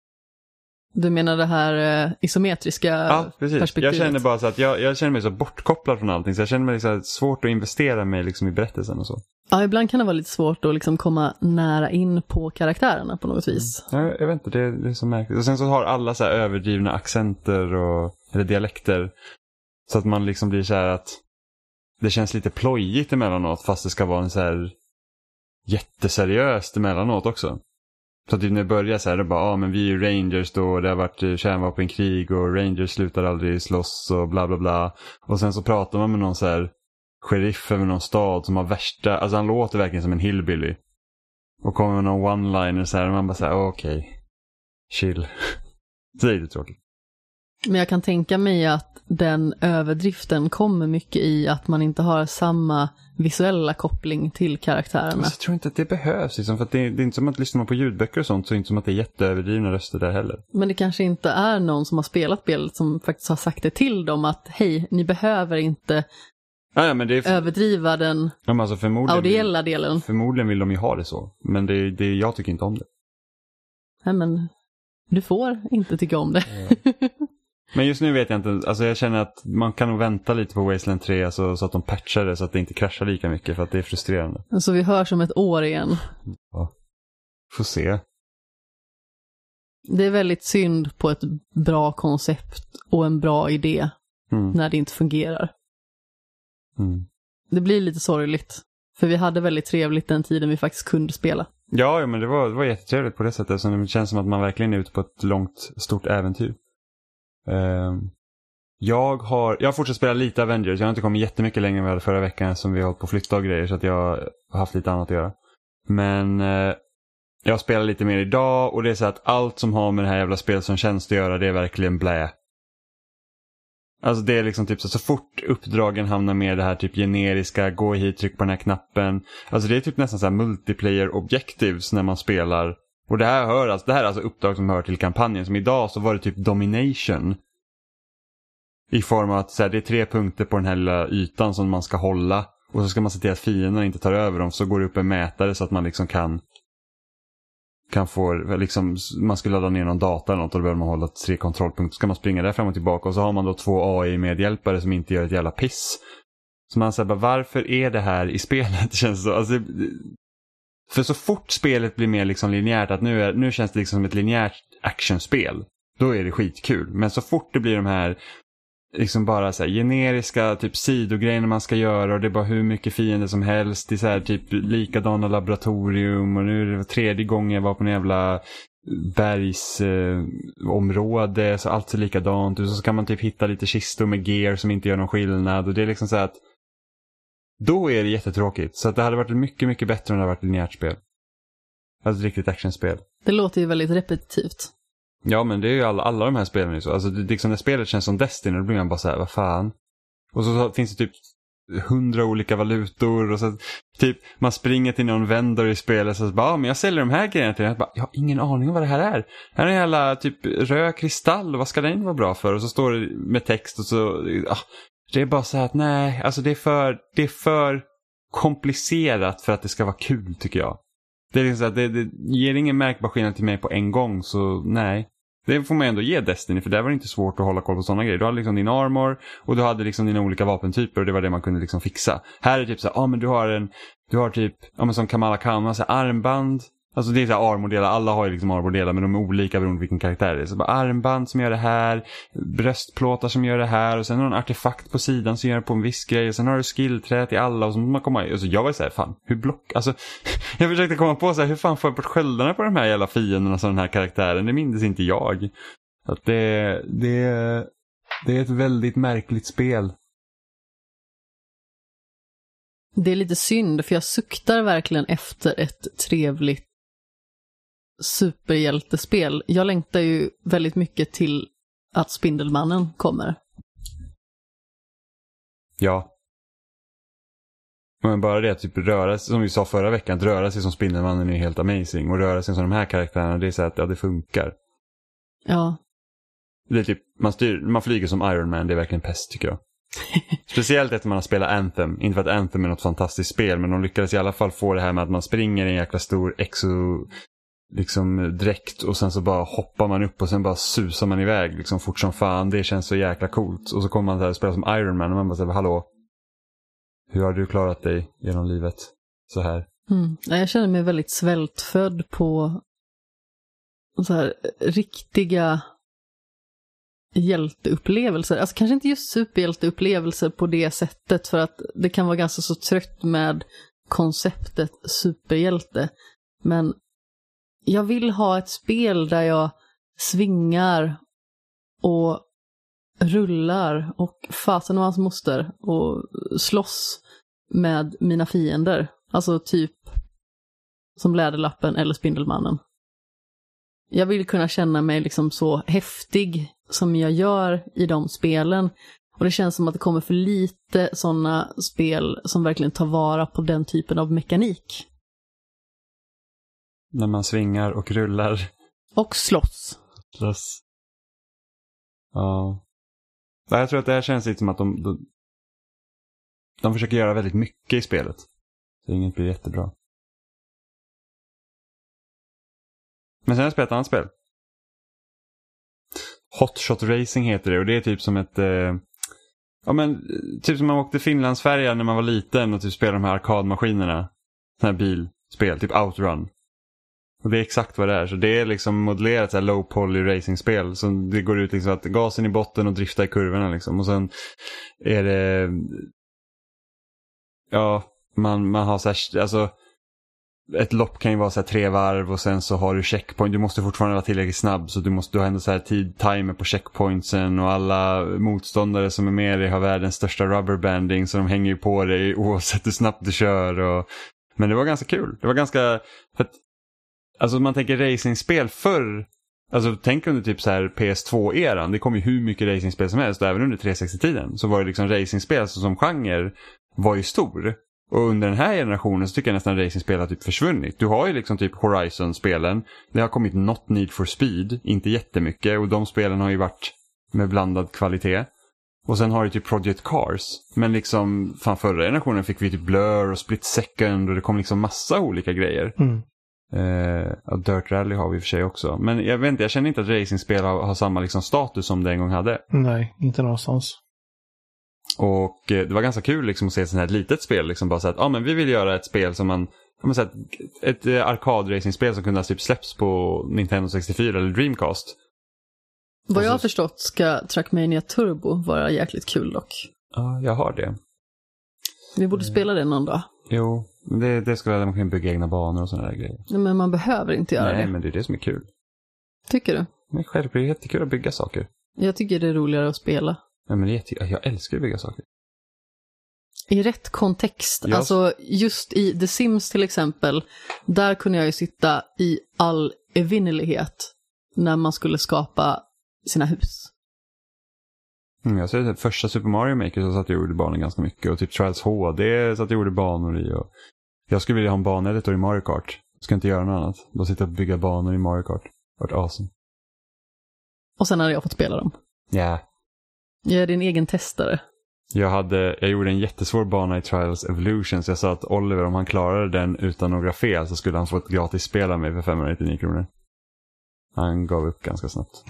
Du menar det här eh, isometriska ja, precis. perspektivet? Jag känner bara så att jag, jag känner mig så bortkopplad från allting, så jag känner mig liksom svårt att investera mig liksom i berättelsen och så. Ja, ibland kan det vara lite svårt att liksom komma nära in på karaktärerna på något vis. Mm. Ja, jag vet inte, det, det är så märkligt. Och sen så har alla så här överdrivna accenter och, eller dialekter, så att man liksom blir så här att det känns lite plojigt emellanåt, fast det ska vara en så här jätteseriöst emellanåt också. Så att när det börjar så här, det bara, ja ah, men vi är ju Rangers då, det har varit kärnvapenkrig och Rangers slutar aldrig slåss och bla bla bla. Och sen så pratar man med någon så här sheriff över någon stad som har värsta, alltså han låter verkligen som en hillbilly. Och kommer med någon one-liner så här, och man bara säger okej, okay, chill. Så det är lite tråkigt. Men jag kan tänka mig att den överdriften kommer mycket i att man inte har samma visuella koppling till karaktärerna. Jag tror inte att det behövs, liksom, för att det, det är inte som att lyssna på ljudböcker och sånt, så är det inte som att det är jätteöverdrivna röster där heller. Men det kanske inte är någon som har spelat spelet som faktiskt har sagt det till dem att hej, ni behöver inte ja, ja, men det är för... överdriva den ja, alltså audiella vill... delen. Förmodligen vill de ju ha det så, men det, det, jag tycker inte om det. Nej, men du får inte tycka om det. Ja. Men just nu vet jag inte, alltså jag känner att man kan nog vänta lite på Wasteland tre, alltså, så att de patchar det så att det inte kraschar lika mycket, för att det är frustrerande. Så vi hör som ett år igen. Ja, får se. Det är väldigt synd på ett bra koncept och en bra idé mm. när det inte fungerar. Mm. Det blir lite sorgligt, för vi hade väldigt trevligt den tiden vi faktiskt kunde spela. Ja, men det var, det var jättetrevligt på det sättet, så det känns som att man verkligen är ute på ett långt, stort äventyr. Uh, jag har jag har fortsatt spela lite Avengers. Jag har inte kommit jättemycket längre än vi hade förra veckan, som vi har hållit på att flytta och grejer, så att jag har haft lite annat att göra. Men uh, jag spelar lite mer idag, och det är så att allt som har med det här jävla spelet som tjänst att göra, det är verkligen blä. Alltså det är liksom typ så, så fort uppdragen hamnar med det här typ generiska, gå hit, tryck på den här knappen. Alltså det är typ nästan så här multiplayer objectives när man spelar. Och det här hör alltså, det här är alltså uppdrag som hör till kampanjen. Som idag så var det typ domination. I form av att så här, det är tre punkter på den här lilla ytan som man ska hålla. Och så ska man se till att fienden inte tar över dem. Så går det upp en mätare så att man liksom kan kan få, liksom, man ska ladda ner någon data eller något, och då behöver man hålla tre kontrollpunkter. Så ska man springa där fram och tillbaka, och så har man då två A I-medhjälpare som inte gör ett jävla piss. Så man säger bara, varför är det här i spelet? Känns så, alltså, för så fort spelet blir mer liksom linjärt, att nu, är, nu känns det liksom som ett linjärt actionspel, då är det skitkul. Men så fort det blir de här liksom bara så här generiska typ sidogrejer man ska göra, och det är bara hur mycket fiender som helst, det är så här typ likadana laboratorium, och nu är det tredje gången jag var på en jävla bergsområde, eh, så allt är likadant, och så kan man typ hitta lite kistor med gear som inte gör någon skillnad, och det är liksom så här att då är det jättetråkigt. Så att det hade varit mycket, mycket bättre om det hade varit ett linjärt spel. Alltså ett riktigt actionspel. Det låter ju väldigt repetitivt. Ja, men det är ju alla, alla de här spelen är så. Alltså det, liksom när spelet känns som Destiny, då blir man bara så här, vad fan. Och så, så finns det typ hundra olika valutor, och så typ man springer till någon vendor i spelet, så bara, ja, men jag säljer de här grejerna till dig. Jag bara, jag har ingen aning om vad det här är. Här är en jävla typ röd kristall, vad ska den vara bra för? Och så står det med text, och så ja, det är bara så här att nej, alltså det är för det är för komplicerat för att det ska vara kul, tycker jag. Det är liksom så att det, det ger ingen märkbar skillnad till mig på en gång, så nej. Det får man ändå ge Destiny, för där var det inte svårt att hålla koll på sådana grejer. Du hade liksom din armor, och du hade liksom dina olika vapentyper, och det var det man kunde liksom fixa. Här är det typ så ja ah, men du har en du har typ, ja men som Kamala Khan, så armband Alltså det är så här armordelar, alla har ju liksom armordelar men de är olika beroende på vilken karaktär det är. Så bara armband som gör det här, bröstplåtar som gör det här och sen har du en artefakt på sidan som gör på en viss grej och sen har du skillträ till alla och så måste man komma i. Alltså jag var så här, fan, hur block... Alltså jag försökte komma på så här, hur fan får jag bort sköldarna på de här jävla fienderna som den här karaktären? Det minns inte jag. Att det, det, det är ett väldigt märkligt spel. Det är lite synd för jag suktar verkligen efter ett trevligt superhjältespel. Jag längtar ju väldigt mycket till att Spindelmannen kommer. Ja. Men bara det att typ röra sig, som vi sa förra veckan, att röra sig som Spindelmannen är helt amazing. Och röra sig som de här karaktärerna, det är så att ja, det funkar. Ja. Det är typ, man, styr, man flyger som Iron Man, det är verkligen pest tycker jag. Speciellt efter man har spelat Anthem. Inte för att Anthem är något fantastiskt spel, men de lyckades i alla fall få det här med att man springer i en jäkla stor exo liksom dräkt och sen så bara hoppar man upp och sen bara susar man iväg liksom fort som fan. Det känns så jäkla coolt. Och så kommer man så här spela som Iron Man och man bara säger hallå, hur har du klarat dig genom livet så här? Mm. Jag känner mig väldigt svältfödd på så här riktiga hjälteupplevelser. Alltså kanske inte just superhjälteupplevelser på det sättet, för att det kan vara ganska så trött med konceptet superhjälte. Men jag vill ha ett spel där jag svingar och rullar och fasen och hans moster och slåss med mina fiender. Alltså typ som Läderlappen eller Spindelmannen. Jag vill kunna känna mig liksom så häftig som jag gör i de spelen. Och det känns som att det kommer för lite sådana spel som verkligen tar vara på den typen av mekanik. När man svingar och rullar. Och slåss. Slåss. Ja. Jag tror att det här känns lite som att de, de, de försöker göra väldigt mycket i spelet. Så inget blir jättebra. Men sen har jag spelat ett annat spel. Hot Shot Racing heter det. Och det är typ som ett... Eh, ja men, typ som man åkte Finlandsfärja när man var liten och typ spelade de här arkadmaskinerna. Sådana här bilspel, typ Outrun. Och det är exakt vad det är. Så det är liksom modellerat så här low poly racing-spel. Så det går ut liksom att gasen i botten och drifta i kurvorna liksom. Och sen är det... Ja, man, man har så här... Alltså, ett lopp kan ju vara så här tre varv och sen så har du checkpoint. Du måste fortfarande vara tillräckligt snabb, så du måste du har ändå så här tid, timer på checkpointsen och alla motståndare som är med dig har världens största rubberbanding, så de hänger ju på dig oavsett hur snabbt du kör. Och... Men det var ganska kul. Det var ganska... För att, alltså man tänker racingspel förr. Alltså tänk under typ så här P S två-eran. Det kom ju hur mycket racingspel som helst. Och även under trehundrasextio-tiden så var det liksom racingspel som genre var ju stor. Och under den här generationen så tycker jag nästan racingspel har typ försvunnit. Du har ju liksom typ Horizon-spelen. Det har kommit not Need for Speed. Inte jättemycket. Och de spelen har ju varit med blandad kvalitet. Och sen har du typ Project Cars. Men liksom fan förra generationen fick vi typ Blur och Split Second. Och det kom liksom massa olika grejer. Mm. Uh, Dirt Rally har vi för sig också. Men jag vet inte, jag känner inte att racingspel har, har samma liksom status som det en gång hade. Nej, inte någonstans. Och uh, det var ganska kul liksom att se ett sånt här litet spel liksom bara så att ja ah, men vi vill göra ett spel som man ja, så att, ett uh, arkad-racingspel som kunde ha typ släpps på Nintendo sextiofyra eller Dreamcast. Vad jag så... har förstått ska Trackmania Turbo vara jäkligt kul dock. Ja, jag har det. Vi borde mm. spela det någon dag. Jo, det, det skulle man kunna bygga egna banor och sådana där grejer. Nej, men man behöver inte göra Nej, det. Nej, men det är det som är kul. Tycker du? Men självklart är det jättekul att bygga saker. Jag tycker det är roligare att spela. Ja, men det är jätte... jag älskar att bygga saker. I rätt kontext. Jag... Alltså just i The Sims till exempel. Där kunde jag ju sitta i all evinnerlighet när man skulle skapa sina hus. Mm, jag säger att första Super Mario Maker så satt jag gjorde banor ganska mycket. Och typ Trials H D så att jag gjorde banor i. Och jag skulle vilja ha en baneditor i Mario Kart. Jag ska inte göra något annat. Bara sitta och bygga banor i Mario Kart. Det har varit awesome. Och sen hade jag fått spela dem. Ja. Yeah. Jag är din egen testare. Jag, hade, jag gjorde en jättesvår bana i Trials Evolution. Så jag sa att Oliver, om han klarade den utan några fel så skulle han få ett gratis spel av mig för femhundranittionio kronor. Han gav upp ganska snabbt.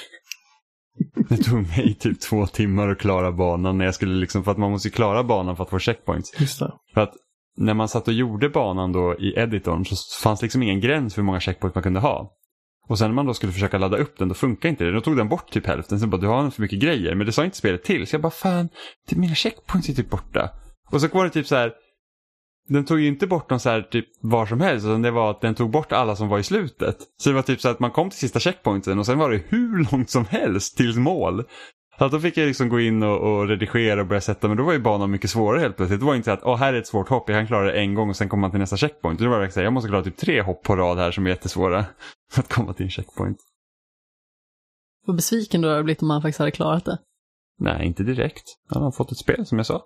Det tog mig typ två timmar att klara banan när jag skulle liksom, för att man måste ju klara banan för att få checkpoints. Just det. För att när man satt och gjorde banan då i editorn så fanns liksom ingen gräns för hur många checkpoints man kunde ha. Och sen när man då skulle försöka ladda upp den, då funkar inte det. Då tog den bort typ hälften. Sen bara, du har för mycket grejer. Men det sa inte spelet till. Så jag bara, fan, typ mina checkpoints är typ borta. Och så var det typ så här, den tog ju inte bort dem så här typ var som helst. Utan det var att den tog bort alla som var i slutet. Så det var typ så att man kom till sista checkpointen och sen var det hur långt som helst till mål. Så att då fick jag liksom gå in och, och redigera och börja sätta. Men då var ju banan mycket svårare helt plötsligt. Det var inte så att, åh, här är ett svårt hopp. Jag kan klara det en gång och sen kommer man till nästa checkpoint. Då var det så här, jag måste klara typ tre hopp på rad här som är jättesvåra. För att komma till en checkpoint. Vad besviken då har det blivit om man faktiskt hade klarat det? Nej, inte direkt. Han har fått ett spel som jag sa.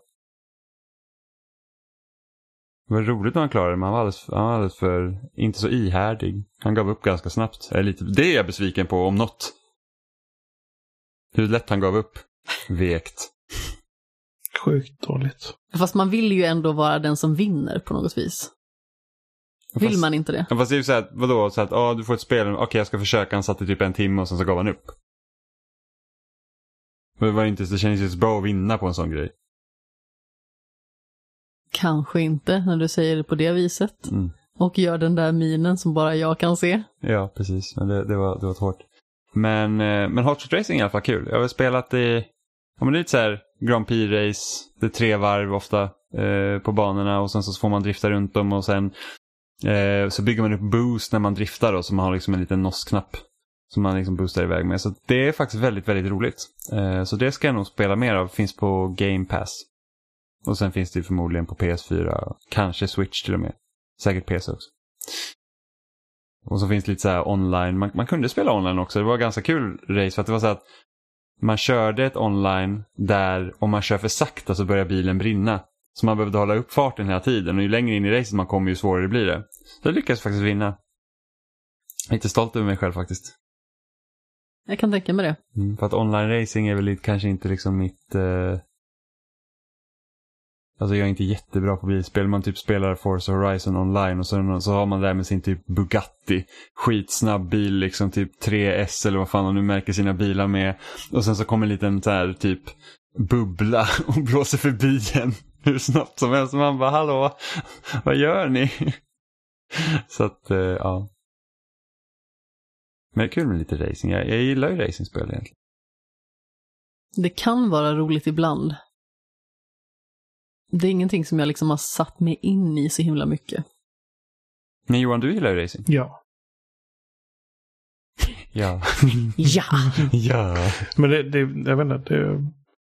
Det var roligt när han klarade det, men han var alldeles, han var alldeles för, inte så ihärdig. Han gav upp ganska snabbt. Jag är lite, det är jag besviken på om något. Hur lätt han gav upp. Vekt. Sjukt dåligt. Fast man vill ju ändå vara den som vinner på något vis. Vill fast, man inte det? Fast det är ju så här, vadå? Så att, ah, du får ett spel, okej okay, jag ska försöka. Han satt i typ en timme och sen så gav han upp. Men det var inte, det känns ju så bra att vinna på en sån grej. Kanske inte när du säger det på det viset. Mm. Och gör den där minen som bara jag kan se. Ja, precis. Men det, det var, det var hårt. Men, men Hot Shot Racing är i alla fall kul. Jag har spelat i, ja men det är lite så här Grand Prix-race. Det är tre varv ofta eh, på banorna och sen så får man drifta runt dem och sen eh, så bygger man upp boost när man driftar då, så man har liksom en liten N O S-knapp som man liksom boostar iväg med. Så det är faktiskt väldigt, väldigt roligt. Eh, så det ska jag nog spela mer av. Finns på Game Pass. Och sen finns det förmodligen på P S fyra. Kanske Switch till och med. Säkert P C också. Och så finns det lite så här online. Man, man kunde spela online också. Det var ganska kul race. För att det var så att man körde ett online där om man kör för sakta så börjar bilen brinna. Så man behövde hålla upp farten hela tiden. Och ju längre in i racet man kommer ju svårare blir det. Så jag lyckades faktiskt vinna. Jag är lite stolt över mig själv faktiskt. Jag kan tänka mig det. Mm, för att online racing är väl lite, kanske inte liksom mitt... Eh... Alltså jag är inte jättebra på bilspel. Man typ spelar Forza Horizon online och så, så har man där med sin typ Bugatti. Skitsnabb bil liksom, typ tre S eller vad fan man nu märker sina bilar med. Och sen så kommer en liten så här typ bubbla och blåser förbi en hur snabbt som helst. Man bara, hallå, vad gör ni? Så att, eh, ja. Men det är kul med lite racing. Jag, jag gillar ju racingspel egentligen. Det kan vara roligt ibland. Det är ingenting som jag liksom har satt mig in i så himla mycket. Men Johan, du gillar ju racing. Ja. Ja. Ja. Ja. Men det, det, jag vet inte, det,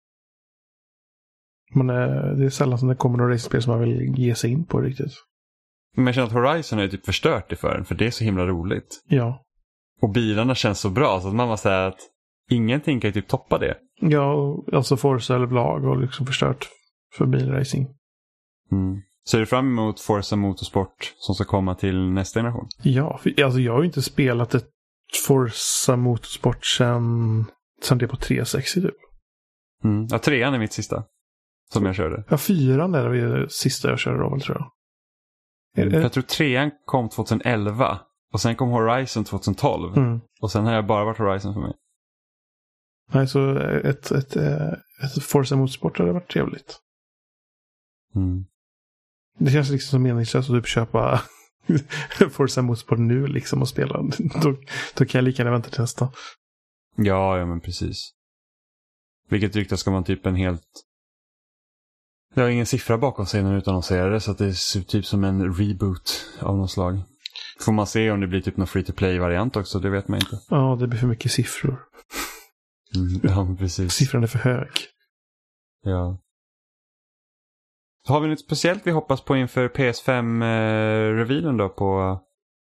man är, det är sällan som det kommer några racingspel som man vill ge sig in på riktigt. Men jag känner att Horizon är typ förstört det för en, för det är så himla roligt. Ja. Och bilarna känns så bra så att man måste säga att ingenting kan ju typ toppa det. Ja, alltså Forza eller lag och liksom förstört för bilracing. Mm. Ser du fram emot Forza Motorsport som ska komma till nästa generation? Ja, för, alltså jag har ju inte spelat ett Forza Motorsport sedan, sedan det på tre sextio typ. Mm. Ja, trean är mitt sista som jag körde. Ja, fyran är det sista jag körde då, tror jag. Mm. Är det... Jag tror trean kom tjugoelva och sen kom Horizon tjugotolv. Mm. Och sen har jag bara varit Horizon för mig. Nej, så ett, ett, ett, ett Forza Motorsport hade varit trevligt. Mm. Det känns liksom som meningslöst att typ köpa Forza Motorsport nu liksom och spela. Då, då kan jag lika gärna vänta till nästa. Ja, ja men precis. Vilket rykte ska man typ en helt... Det har ingen siffra bakom sig utan att säga det, så att det ser typ som en reboot av något slag. Får man se om det blir typ någon free-to-play-variant också, det vet man inte. Ja, det blir för mycket siffror. Mm, ja, precis. Siffran är för hög. Ja. Har vi något speciellt vi hoppas på inför P S fem-revealen då på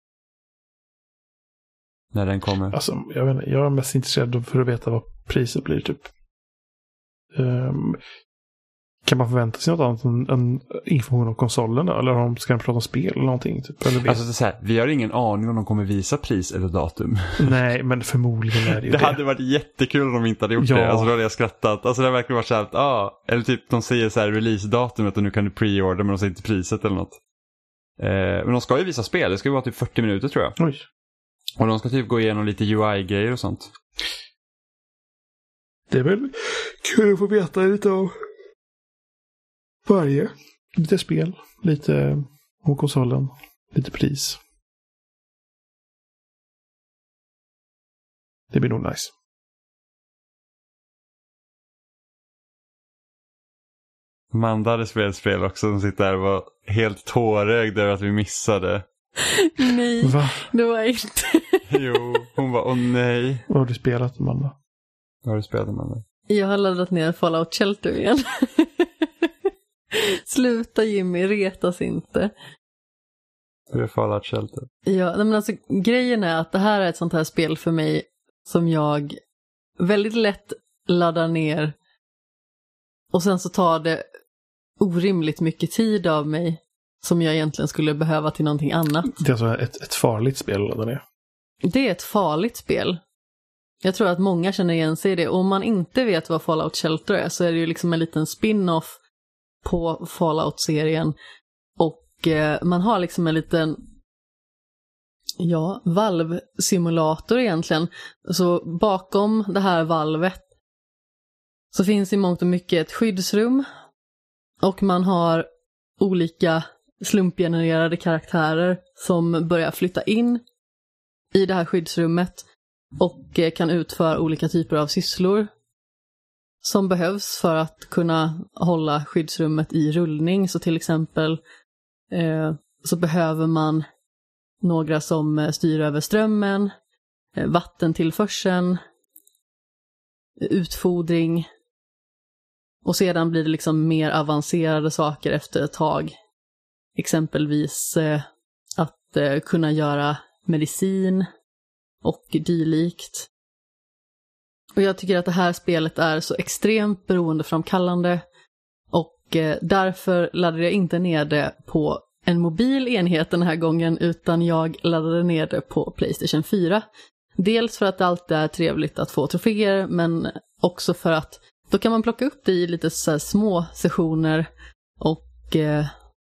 när den kommer? Alltså, jag vet inte, jag är mest intresserad för att veta vad priset blir typ. Um, kan man förvänta sig något annat än, än information om konsolen då? Eller om, ska de prata om spel eller någonting? Typ? Eller alltså det är så här, vi har ingen aning om de kommer visa pris eller datum. Nej, men förmodligen är det ju det. Det hade varit jättekul om de inte hade gjort ja. det. Alltså då hade jag skrattat. Alltså det har verkligen varit så här att, ah, eller typ de säger så här release-datumet och nu kan du pre-order men de säger inte priset eller något. Eh, men de ska ju visa spel, det ska ju vara typ fyrtio minuter tror jag. Oj. Och de ska typ gå igenom lite U I-grejer och sånt. Det är väl kul att få veta lite av varje. lite spel, lite på konsolen, lite pris. Det blir nog nice. Amanda hade spelat spel också som sitter där och var helt tårögd över att vi missade. Nej, Va? det var inte. Jo, hon var åh nej. Vad har du spelat, Amanda? Vad har du spelat, Amanda? Jag har laddat ner Fallout Shelter igen. Sluta Jimmy, retas inte. Hur är Fallout Shelter? Ja, men alltså grejen är att det här är ett sånt här spel för mig som jag väldigt lätt laddar ner och sen så tar det orimligt mycket tid av mig som jag egentligen skulle behöva till någonting annat. Det är alltså ett, ett farligt spel att ladda ner. Det är ett farligt spel. Jag tror att många känner igen sig i det. Och om man inte vet vad Fallout Shelter är så är det ju liksom en liten spin-off på Fallout-serien. Och eh, man har liksom en liten ja, valvsimulator egentligen. Så bakom det här valvet så finns i mångt och mycket ett skyddsrum. Och man har olika slumpgenererade karaktärer som börjar flytta in i det här skyddsrummet och kan utföra olika typer av sysslor som behövs för att kunna hålla skyddsrummet i rullning. Så till exempel eh, så behöver man några som styr över strömmen, eh, vattentillförseln, utfodring och sedan blir det liksom mer avancerade saker efter ett tag. Exempelvis eh, att eh, kunna göra medicin och dylikt. Och jag tycker att det här spelet är så extremt beroendeframkallande och eh, därför laddade jag inte ner det på en mobil enhet den här gången utan jag laddade ner det på PlayStation fyra. Dels för att det alltid är trevligt att få troféer men också för att då kan man plocka upp det i lite så här små sessioner och eh,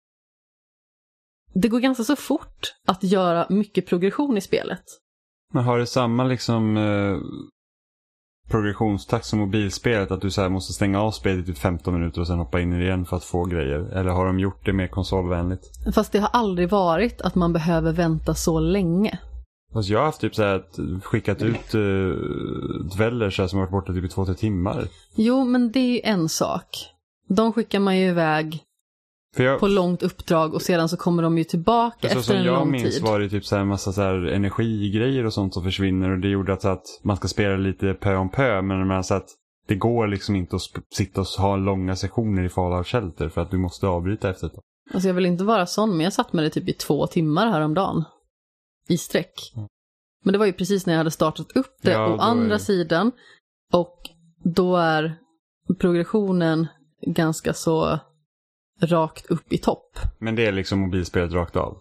det går ganska så fort att göra mycket progression i spelet. Men har det samma liksom eh, progressionstakt som mobilspelet? Att du så här måste stänga av spelet i femton minuter och sen hoppa in i det igen för att få grejer? Eller har de gjort det mer konsolvänligt? Fast det har aldrig varit att man behöver vänta så länge. Fast jag har haft typ så här att skickat ut uh, dväller så här som har varit borta typ i två, tre timmar. Jo, men det är ju en sak. De skickar man ju iväg För jag, på långt uppdrag och sedan så kommer de ju tillbaka så efter en lång tid. lång Som jag minns tid. var det typ så här en massa så här energigrejer och sånt som försvinner och det gjorde att, att man ska spela lite pö om pö men man så att det går liksom inte att sp- sitta och ha långa sessioner i Fallout Shelter för att du måste avbryta efter ett tag. Alltså jag vill inte vara sån men jag satt med det typ i två timmar häromdagen. I sträck. Mm. Men det var ju precis när jag hade startat upp det ja, å andra är... sidan. Och då är progressionen ganska så rakt upp i topp. Men det är liksom mobilspelet rakt av?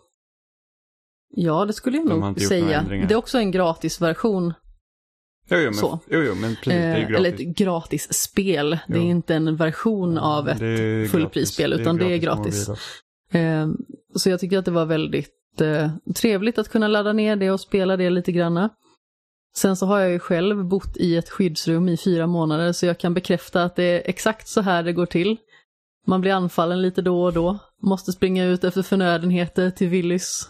Ja, det skulle jag De nog säga. Det är också en gratisversion. Jo, jo, men, så. Jo, jo, men precis, det är ju gratis. Eller ett gratis spel. Jo. Det är inte en version av ett fullprisspel utan det är gratis. Det är gratis. Så jag tycker att det var väldigt trevligt att kunna ladda ner det och spela det lite granna. Sen så har jag ju själv bott i ett skyddsrum i fyra månader så jag kan bekräfta att det är exakt så här det går till. Man blir anfallen lite då och då. Måste springa ut efter förnödenheter till Willys.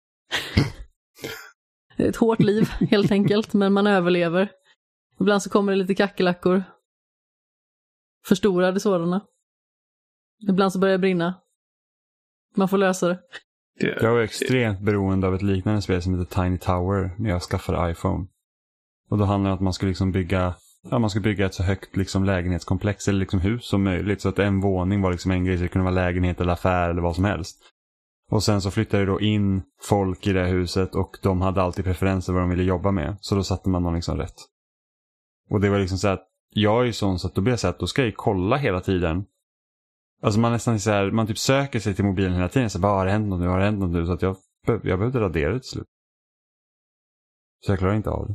Det är ett hårt liv helt enkelt men man överlever. Ibland så kommer det lite kackerlackor. Förstorade sådana. Ibland så börjar det brinna. Man får lösa det. Jag var extremt beroende av ett liknande spel som heter Tiny Tower när jag skaffade iPhone. Och då handlar det om att man skulle liksom bygga, ja, man skulle bygga ett så högt liksom lägenhetskomplex eller liksom hus som möjligt. Så att en våning var liksom en grej, så det kunde vara lägenhet eller affär eller vad som helst. Och sen så flyttade det då in folk i det här huset och de hade alltid preferenser vad de ville jobba med. Så då satte man någon liksom rätt. Och det var liksom så att jag är ju sån så att då blir jag så att då ska jag kolla hela tiden. Alltså man nästan så här, man typ söker sig till mobilen hela tiden. Så bara, har det hänt något nu, har det hänt något nu? Så att jag, jag behövde radera det till slut. Så jag klarar inte av det.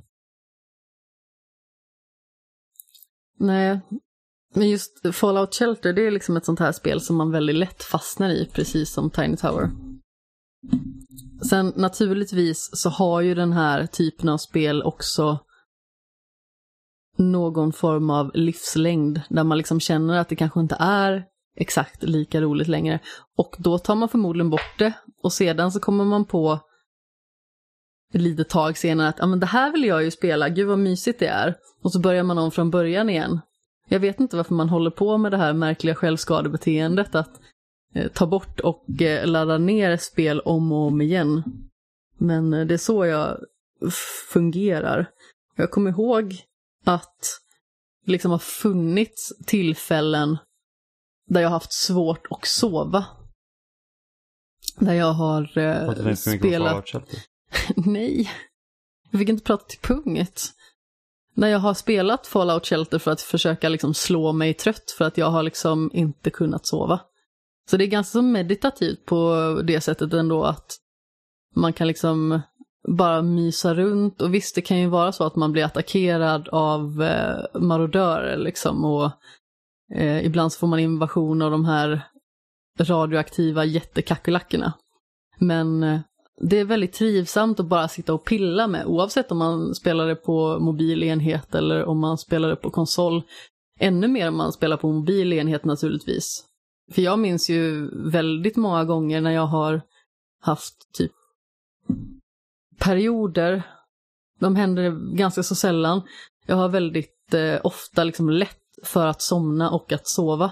Nej, men just Fallout Shelter, det är liksom ett sånt här spel som man väldigt lätt fastnar i, precis som Tiny Tower. Sen naturligtvis så har ju den här typen av spel också någon form av livslängd där man liksom känner att det kanske inte är exakt lika roligt längre. Och då tar man förmodligen bort det. Och sedan så kommer man på ett litet tag senare att ah, men det här vill jag ju spela, gud vad mysigt det är. Och så börjar man om från början igen. Jag vet inte varför man håller på med det här märkliga självskadebeteendet att eh, ta bort och eh, ladda ner spel om och om igen. Men eh, det är så jag f- fungerar. Jag kommer ihåg att det liksom har funnits tillfällen där jag har haft svårt att sova. Där jag har eh, spelat... Nej, jag fick inte prata till punkt. När jag har spelat Fallout Shelter för att försöka liksom slå mig trött för att jag har liksom inte kunnat sova. Så det är ganska så meditativt på det sättet ändå att man kan liksom bara mysa runt. Och visst, det kan ju vara så att man blir attackerad av eh, marodörer liksom. Och eh, ibland så får man invasion av de här radioaktiva jättekakulackerna. Men eh, det är väldigt trivsamt att bara sitta och pilla med. Oavsett om man spelar det på mobilenhet eller om man spelar det på konsol. Ännu mer om man spelar på mobilenhet naturligtvis. För jag minns ju väldigt många gånger när jag har haft typ perioder, de händer ganska så sällan. Jag har väldigt eh, ofta liksom lätt för att somna och att sova.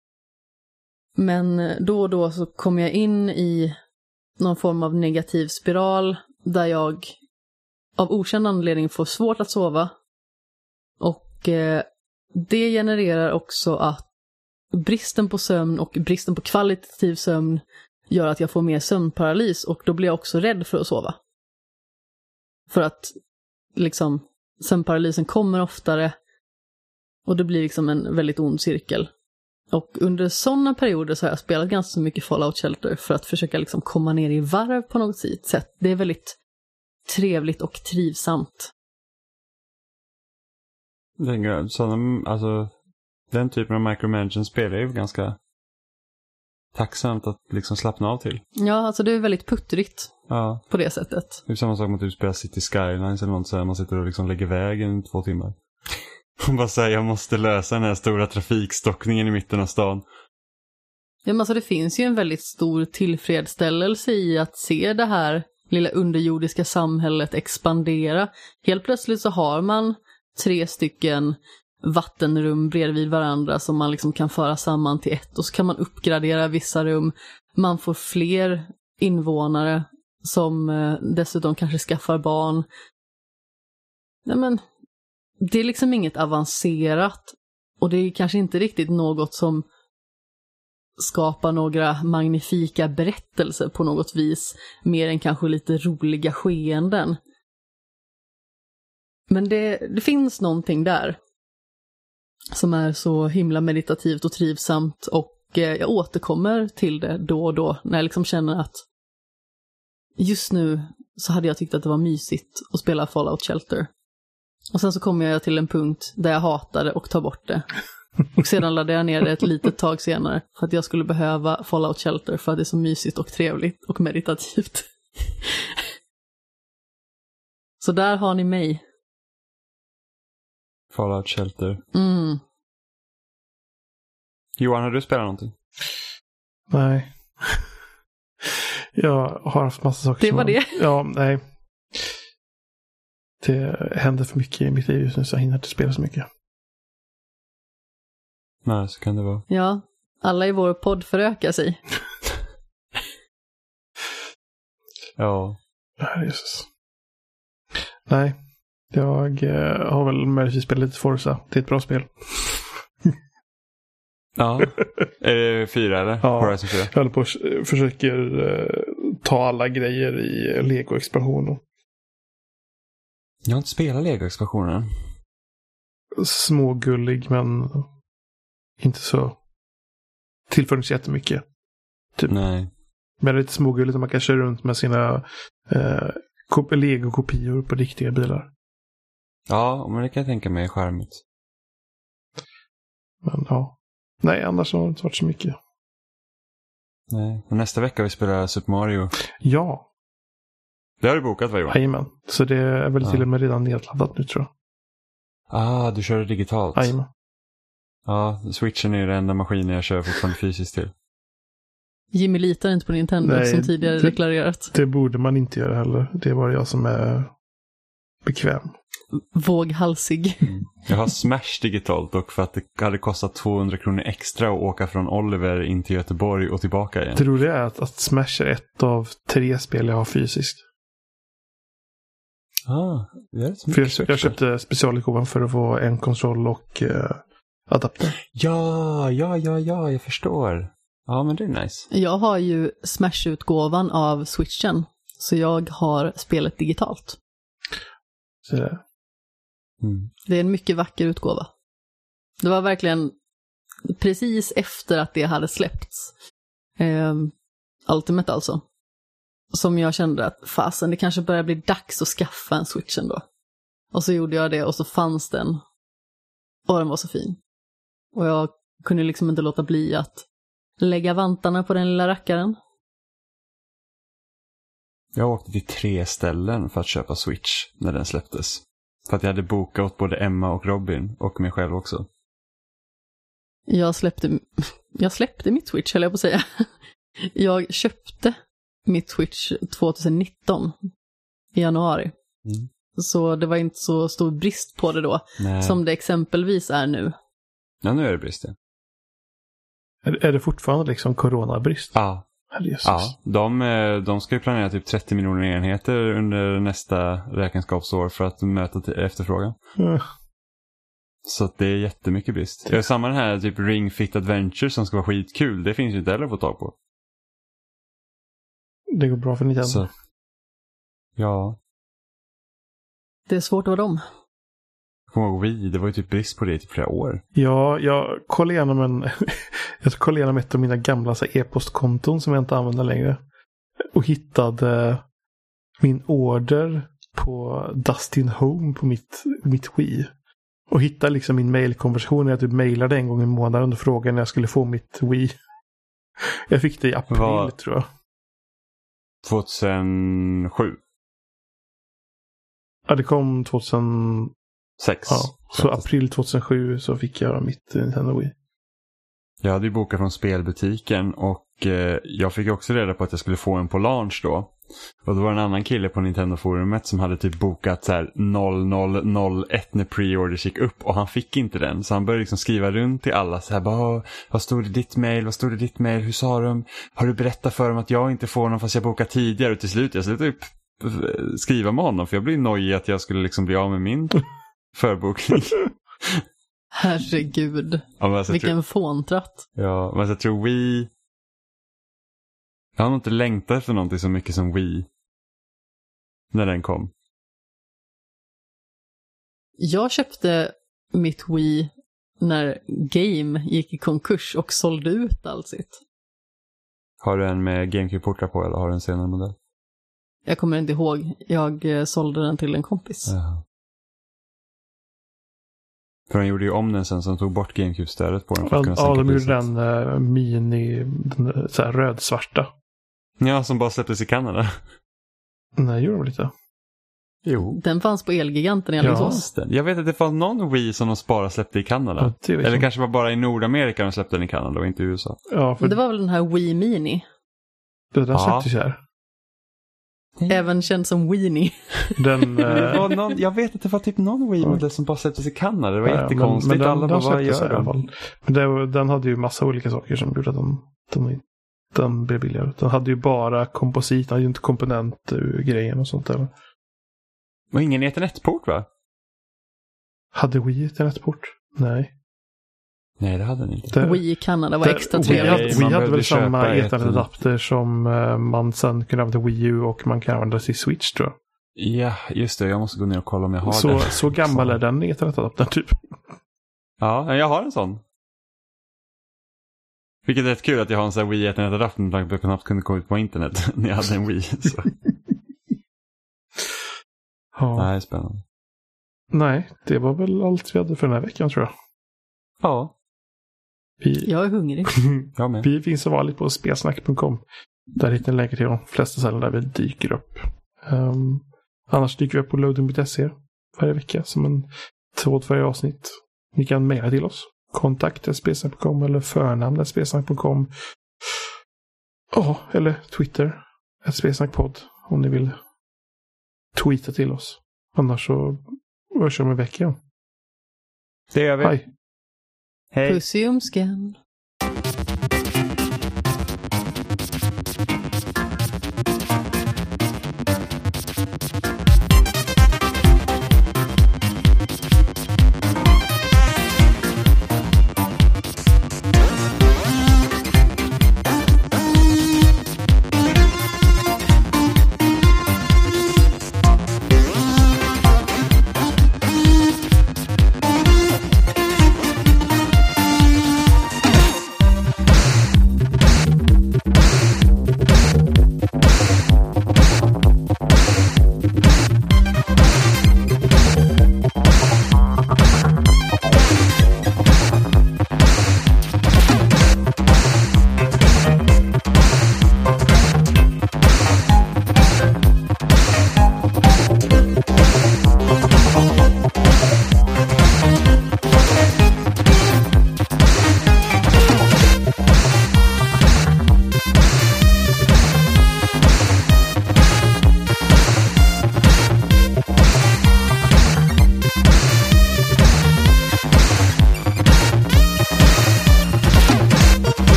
Men då och då så kommer jag in i någon form av negativ spiral där jag av okänd anledning får svårt att sova. Och eh, det genererar också att bristen på sömn och bristen på kvalitativ sömn gör att jag får mer sömnparalys och då blir jag också rädd för att sova. För att liksom sömnparalysen kommer oftare och det blir liksom en väldigt ond cirkel. Och under sådana perioder så har jag spelat ganska mycket Fallout Shelter för att försöka liksom komma ner i varv på något sätt. Det är väldigt trevligt och trivsamt. Den, sådana, alltså, den typen av micromanagement-spel är ju ganska tacksamt att liksom slappna av till. Ja, alltså det är väldigt puttrigt ja. På det sättet. Det är samma sak med att du spelar City Skylines eller något så här, man sitter och liksom lägger vägen i två timmar. Och bara säger jag måste lösa den här stora trafikstockningen i mitten av stan. Ja, men alltså det finns ju en väldigt stor tillfredsställelse i att se det här lilla underjordiska samhället expandera. Helt plötsligt så har man tre stycken vattenrum bredvid varandra som man liksom kan föra samman till ett och så kan man uppgradera vissa rum. Man får fler invånare som eh, dessutom kanske skaffar barn. Ja, men det är liksom inget avancerat och det är kanske inte riktigt något som skapar några magnifika berättelser på något vis, mer än kanske lite roliga skeenden. Men det, det finns någonting där som är så himla meditativt och trivsamt och eh, jag återkommer till det då och då när jag liksom känner att just nu så hade jag tyckt att det var mysigt att spela Fallout Shelter. Och sen så kommer jag till en punkt där jag hatar det och tar bort det. Och sedan laddar jag ner det ett litet tag senare för att jag skulle behöva Fallout Shelter för att det är så mysigt och trevligt och meditativt. Så där har ni mig. Fallout Shelter. Mm. Johan, har du spelat någonting? Nej. Jag har haft massa saker. Det var som det? Ja, nej. Det händer för mycket i mitt liv just nu så jag hinner inte spela så mycket. Nej, så kan det vara. Ja, alla i vår podd förökar sig. Ja. Nej, Jesus. Nej, jag eh, har väl möjligtvis spelat lite Forza. Det är ett bra spel. Ja. Är det fyra eller? Ja, Horizon fyra. jag håller på och försöker eh, ta alla grejer i Lego-expansionen. Jag har inte spelat Lego-expansionen. Smågullig, men inte så tillför inte jättemycket. Typ. Nej. Men det är lite smågulligt att man kan köra runt med sina eh, Lego-kopior på riktiga bilar. Ja, men det kan jag tänka mig är charmigt. Men ja. Nej, annars har det inte varit så mycket. Nej. Och nästa vecka vi spelar Super Mario. Ja. Det har du bokat, va, Johan? Jajamän. Så det är väl ja. till och med redan nedladdat nu, tror jag. Ah, du kör det digitalt. Jajamän. Ja, Switchen är den enda maskinen jag kör fortfarande fysiskt till. Jimmy litar inte på Nintendo. Nej, som tidigare det, deklarerat. Det borde man inte göra heller. Det är bara jag som är bekväm. Våghalsig. Mm. Jag har Smash digitalt dock för att det hade kostat tvåhundra kronor extra att åka från Oliver in till Göteborg och tillbaka igen. Tror det är att, att Smash är ett av tre spel jag har fysiskt. Ah, det är för jag, jag köpte specialutgåvan för att få en konsol och uh, adapter. Ja, ja, ja, ja, jag förstår. Ja, men det är nice. Jag har ju Smash-utgåvan av Switchen. Så jag har spelet digitalt. Så det. Mm. Det är en mycket vacker utgåva. Det var verkligen precis efter att det hade släppts. Eh, Ultimate alltså. Som jag kände att fasen, det kanske börjar bli dags att skaffa en Switch ändå. Och så gjorde jag det och så fanns den. Och den var så fin. Och jag kunde liksom inte låta bli att lägga vantarna på den lilla rackaren. Jag åkte till tre ställen för att köpa Switch när den släpptes. För att jag hade bokat åt både Emma och Robin och mig själv också. Jag släppte, jag släppte mitt Switch, höll jag på att säga. Jag köpte mitt Switch tjugonitton i januari. Mm. Så det var inte så stor brist på det då. Nej. Som det exempelvis är nu. Ja, nu är det brist. Ja. Är, är det fortfarande liksom coronabrist? Ja. Ja, de, de ska ju planera typ trettio miljoner enheter under nästa räkenskapsår för att möta efterfrågan. Mm. Så att det är jättemycket brist. Jag har samma den här typ Ring Fit Adventure som ska vara skitkul. Det finns ju inte heller att få tag på. Det går bra för Nintendo. Så. Ja. Det är svårt att vara dem. Jag kommer ihåg Wii, det var ju typ brist på det i typ flera år. Ja, jag kollade igenom en jag kollade igenom ett av mina gamla så här, e-postkonton som jag inte använder längre. Och hittade min order på Dustin Home på mitt, mitt Wii. Och hittade liksom min mailkonversation. Jag typ mailade en gång i månaden och frågade när jag skulle få mitt Wii. Jag fick det i april, var... tror jag. tjugohundrasju. Ja, det kom tjugohundrasex. Ja, så april tjugohundrasju så fick jag mitt Nintendo Wii. Jag hade ju bokat från spelbutiken och eh, jag fick också reda på att jag skulle få en på launch då. Och då var en annan kille på Nintendo-forumet som hade typ bokat så här noll noll noll ett när pre-orders gick upp och han fick inte den. Så han började liksom skriva runt till alla så här bara, vad stod det i ditt mail? Vad stod det i ditt mail? Hur sa de? Har du berättat för dem att jag inte får någon fast jag bokat tidigare? Och till slut, jag slutade upp skriva med honom för jag blev nojig att jag skulle liksom bli av med min förbokning. Herregud. Ja, vilken tror... fåntratt. Ja, men jag tror Wii... Jag har nog inte längtat efter någonting så mycket som Wii. När den kom. Jag köpte mitt Wii när Game gick i konkurs och sålde ut allt sitt. Har du en med GameCube-portar på eller har du en senare modell? Jag kommer inte ihåg. Jag sålde den till en kompis. Ja. För de gjorde ju om den sen som tog bort GameCube-stödet på den. För att ja, kunna ja de priset. gjorde den uh, mini, den, så här röd-svarta. Ja, som bara släpptes i Kanada. Nej, gjorde de lite. Jo. Den fanns på Elgiganten i Alingsås. Ja, jag vet att det fanns någon Wii som de bara släppte i Kanada. Ja, Eller som... kanske var bara i Nordamerika de släppte den i Kanada och inte i U S A. Ja, för... Det var väl den här Wii Mini? Det där ja. släpptes här. Även känd som Weenie. Den, det var någon, jag vet att det var typ någon Wii-modell ja. som bara släpptes i Kanada. Det var ja, jättekonstigt. Men, men den, alla bara, vad gör den? Men det, den hade ju massa olika saker som gjorde att den, den, den blev billigare. Den hade ju bara komposit, den hade ju inte komponentgrejen och sånt där. Och ingen Ethernet-port, va? Hade Wii Ethernet-port? Nej. Nej, det hade den inte. Det, Wii i Kanada var det, extra trevligt. Vi hade, hade väl samma Ethernet-adapter som uh, man sen kunde använda Wii U och man kan använda till Switch, tror jag. Ja, just det. Jag måste gå ner och kolla om jag har så, den. Så gammal så. Är den Ethernet-adaptern, typ. Ja, jag har en sån. Vilket är rätt kul att jag har en sån här Wii Ethernet-adapter med tanke på att jag knappt kunde komma ut på internet när jag hade en Wii. Så. Ja. Nej, spännande. Nej, det var väl allt vi hade för den här veckan, tror jag. Ja. Vi, jag är hungrig. jag med. Vi finns som vanligt på spelsnack punkt com. Där hittar ni länkar till de flesta ställen där vi dyker upp. Um, annars dyker vi upp på loading punkt se varje vecka som en tråd för varje avsnitt. Ni kan mejla till oss. kontakt at spelsnack punkt com eller förnamn at spelsnack punkt com. Ja, eller Twitter at spelsnackpodd om ni vill tweeta till oss. Annars så hörs vi om en vecka igen. Det gör vi. Hej. Hej. Puss i umsken.